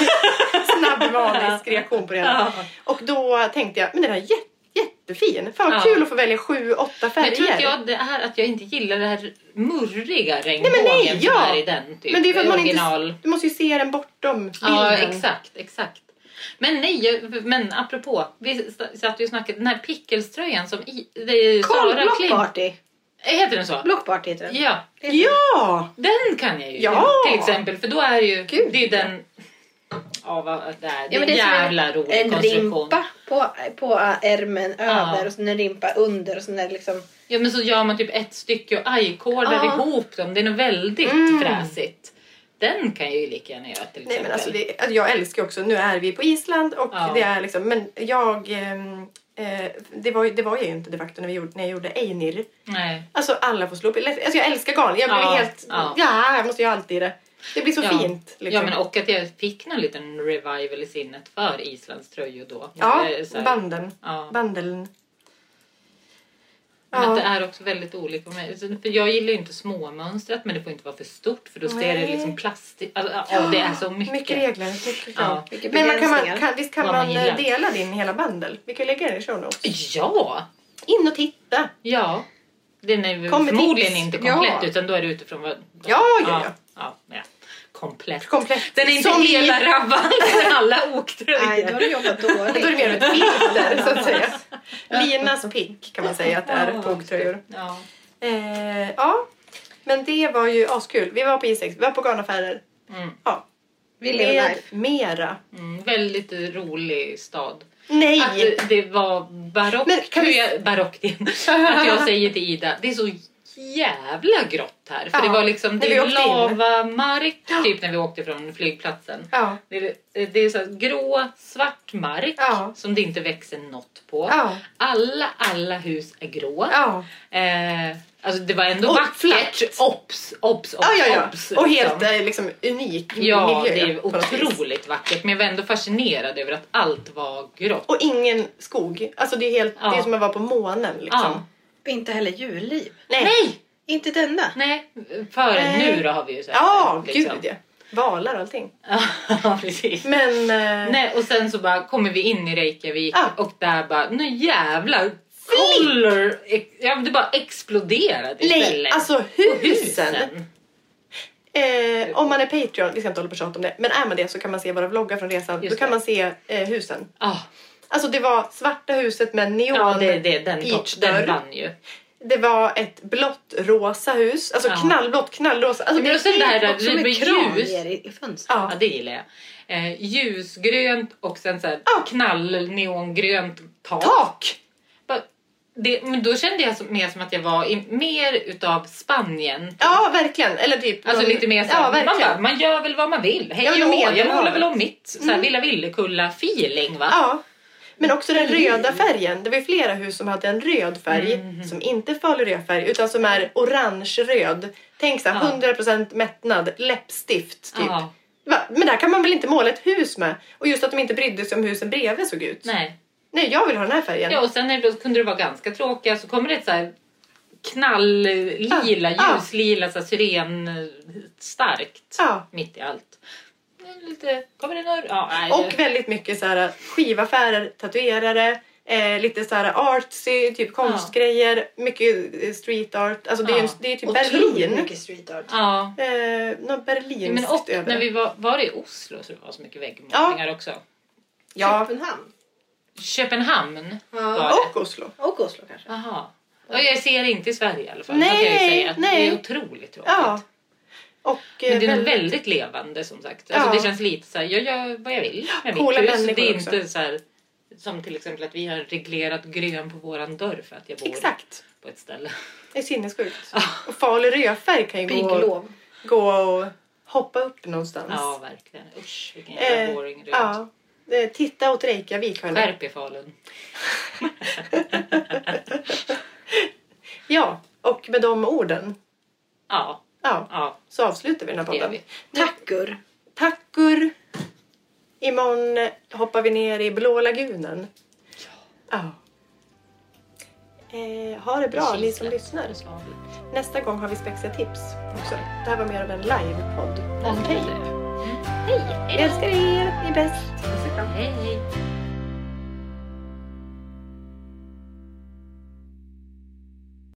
snabb manisk reaktion på det hela. Ja. Och då tänkte jag, men den är jätte, jättefin. Fan vad Ja. kul att få välja sju, åtta Men färger. jag tror att jag, det är att jag inte gillar det här murriga men regnbågen nej, som ja. är i den typ. Men det är för att man original. inte, du måste ju se den bortom bilden. Ja, exakt, exakt. Men nej, jag- men apropå, vi st- satt ju och snackade, den här pickelströjan som i, det är Koll, Sara Block Kling. Party. Heter den så? Block Party heter den. Ja, Ja! den kan jag ju. Ja. Till exempel, för då är ju, Gud. det är ju den, ja vad det är, det Ja, är men en det är som jävla en, rolig en konstruktion. rimpa på, på ärmen Ja. över och sen en rimpa under och sen är det liksom... Ja, men så gör man typ ett stycke och ajkordar Ja. ihop dem, det är nog väldigt Mm. fräsigt. Den kan jag ju lika gärna göra till Nej exempel. men alltså, det, alltså jag älskar ju också, nu är vi på Island och Ja. det är liksom, men jag, ehm, eh, det, var, ju- det var ju inte det faktum när, vi gjorde, när jag gjorde Einir. Nej. Alltså alla får slå upp, alltså jag älskar garn, jag blir Ja, helt, ja. ja. jag måste ju alltid det. Det blir så Ja. fint. Liksom. Ja, men och att jag fick någon liten revival i sinnet för Islands tröjor då. Ja, Eh, så här- banden, Ja. bandeln. Men att Ja. det är också väldigt olika. på mig. Så- För jag gillar ju inte småmönstrat, men det får inte vara för stort för då ser det Nej. liksom plastigt. Alltså, ja, det är så mycket. Mycket regler, mycket krav. Ja. Mycket Men man kan, man, begränsningar. kan, visst kan Vad man man, eh, gillar. dela din hela bandel? Vi kan lägga den i show notes. Ja, In och titta. ja. Den är Kom med förmodligen tips. inte komplett Ja. utan då är det utifrån vad... Ja, ja, ja. ja, ja. Komplett. Komplett. Den är inte Som i- hela rabban med alla Nej, då oktröjor. har du jobbat Då är det dåligt. mer ett filter så att säga. Linas pick kan man säga att det är på oktröjor. Ja. Eh, ja, men det var ju askul. Vi var på I sex, vi var på garnaffärer. Mm. Ja, Vi lever med life. mera. Mm, väldigt rolig stad. Nej! Att det, det var barockt. Men kan vi- hur jag- Barockt igen. Att jag säger till Ida, det är så jävla grått här. För Ja, det var liksom, när det vi är åkte in. lavamark typ när vi åkte från flygplatsen. Ja, Det är, det är så här grå, svart mark Ja. som det inte växer något på. ja, Alla, alla hus är grå. ja. Eh, alltså det var ändå Och vackert. flatt. Ops, ops, ops, Ja, ja, ja. ops. Och helt liksom. eh, liksom unik Ja, miljö. det är på något vis. otroligt vackert. Men jag var ändå fascinerad över att allt var grått. Och ingen skog. Alltså det är helt, Ja. det är som att vara på månen liksom. Ja. Inte heller djurliv. Nej. Nej! Inte ett enda. Nej, före Nej. nu då har vi ju sett Ja, det, liksom. gud ja. Valar och allting. Ja, precis. Men... Eh, Nej, och sen så bara kommer vi in i Reykjavik Ja. och där bara, nu jävlar, color, ex- ja, det bara exploderade nej, istället. alltså Och husen. Eh, om man är Patreon, vi ska inte hålla på och tjata om det, men är man det så kan man se våra vloggar från resan. Just Då kan det. man se eh, husen. Ah, Alltså det var svarta huset med neon. ja, det, det, den, topp, peachdörr. den vann ju. Det var ett blått rosa hus. Alltså Ja. knallblått, knallrosa. Alltså, Men och sen det här där, Också det med blir ljus. kranier i, i fönstret. Ja. Ja, det gillar jag. Eh, ljusgrönt och sen så här Ja. knall neongrönt tak. Tak! Bara, det, men då kände jag som, mer som att jag var i mer utav Spanien. Typ. Ja, verkligen. Eller typ Alltså någon, lite mer så här, ja, man, verkligen. bara, man gör väl vad man vill. Hej Ja, jag, men jag målar väl Medelhavet. om mitt så här, Villa Villekulla feeling va? Ja. Men också den Berlin. röda färgen. Det var ju flera hus som hade en röd färg. Mm. Som inte är falurödfärg utan som är orange-röd. Tänk så här, Ja. hundra procent mättnad. Läppstift typ. Ja. Va? Men där kan man väl inte måla ett hus med? Och just att de inte brydde sig om husen bredvid såg ut. Nej. Nej, jag vill ha den här färgen. Ja, och sen är det, då kunde det vara ganska tråkiga så kommer det ett så här knalllila, Ja. ljuslila, så här syren starkt Ja. mitt i allt. Lite, kommer det några? Ja, nej, Och väldigt mycket så här skivaffärer, tatuerare, eh, lite så här artsy, typ konstgrejer, mycket eh, street art. Alltså det är, ju- Ja. det är typ Otroligt Berlin. mycket street art. ja. Eh, något berlinskt Men och över när det. vi var, var det i Oslo så det var så mycket väggmålningar också. Ja, Köpenhamn. Köpenhamn Ja. var det. och Oslo. Och Oslo kanske. Jaha. Ja, jag ser inte i Sverige i alla fall. Nej, så kan jag ju säga. nej. Det är otroligt tråkigt. Ja. Och, eh, Men det är nog väldigt- väldigt levande som sagt. Alltså Ja. det känns lite så här, jag gör vad jag vill med Coola mitt hus. människor Det är också. inte så här, som till exempel att vi har reglerat grön på våran dörr för att jag bor Exakt. på ett ställe. Det är sinnessjukt. Och Falu rödfärg kan ju gå, Bygglov. gå och hoppa upp någonstans. Ja, verkligen. Usch, vilken jävla Eh, boring röd. ja. Eh, Titta åt Reykjavik hörni. Skärp i Falun. Ja, och med de orden Ja, ja, ja, så avslutar vi den här det gör podden. vi. Tackor. Tackur. Imorgon hoppar vi ner i Blå lagunen. Ja. Eh, ha det bra ni som lyssnar. Nästa gång har vi spexiga tips också. Det här var mer av en livepodd. Okej. Hej! Vi älskar er, ni är bäst. Hej, hej.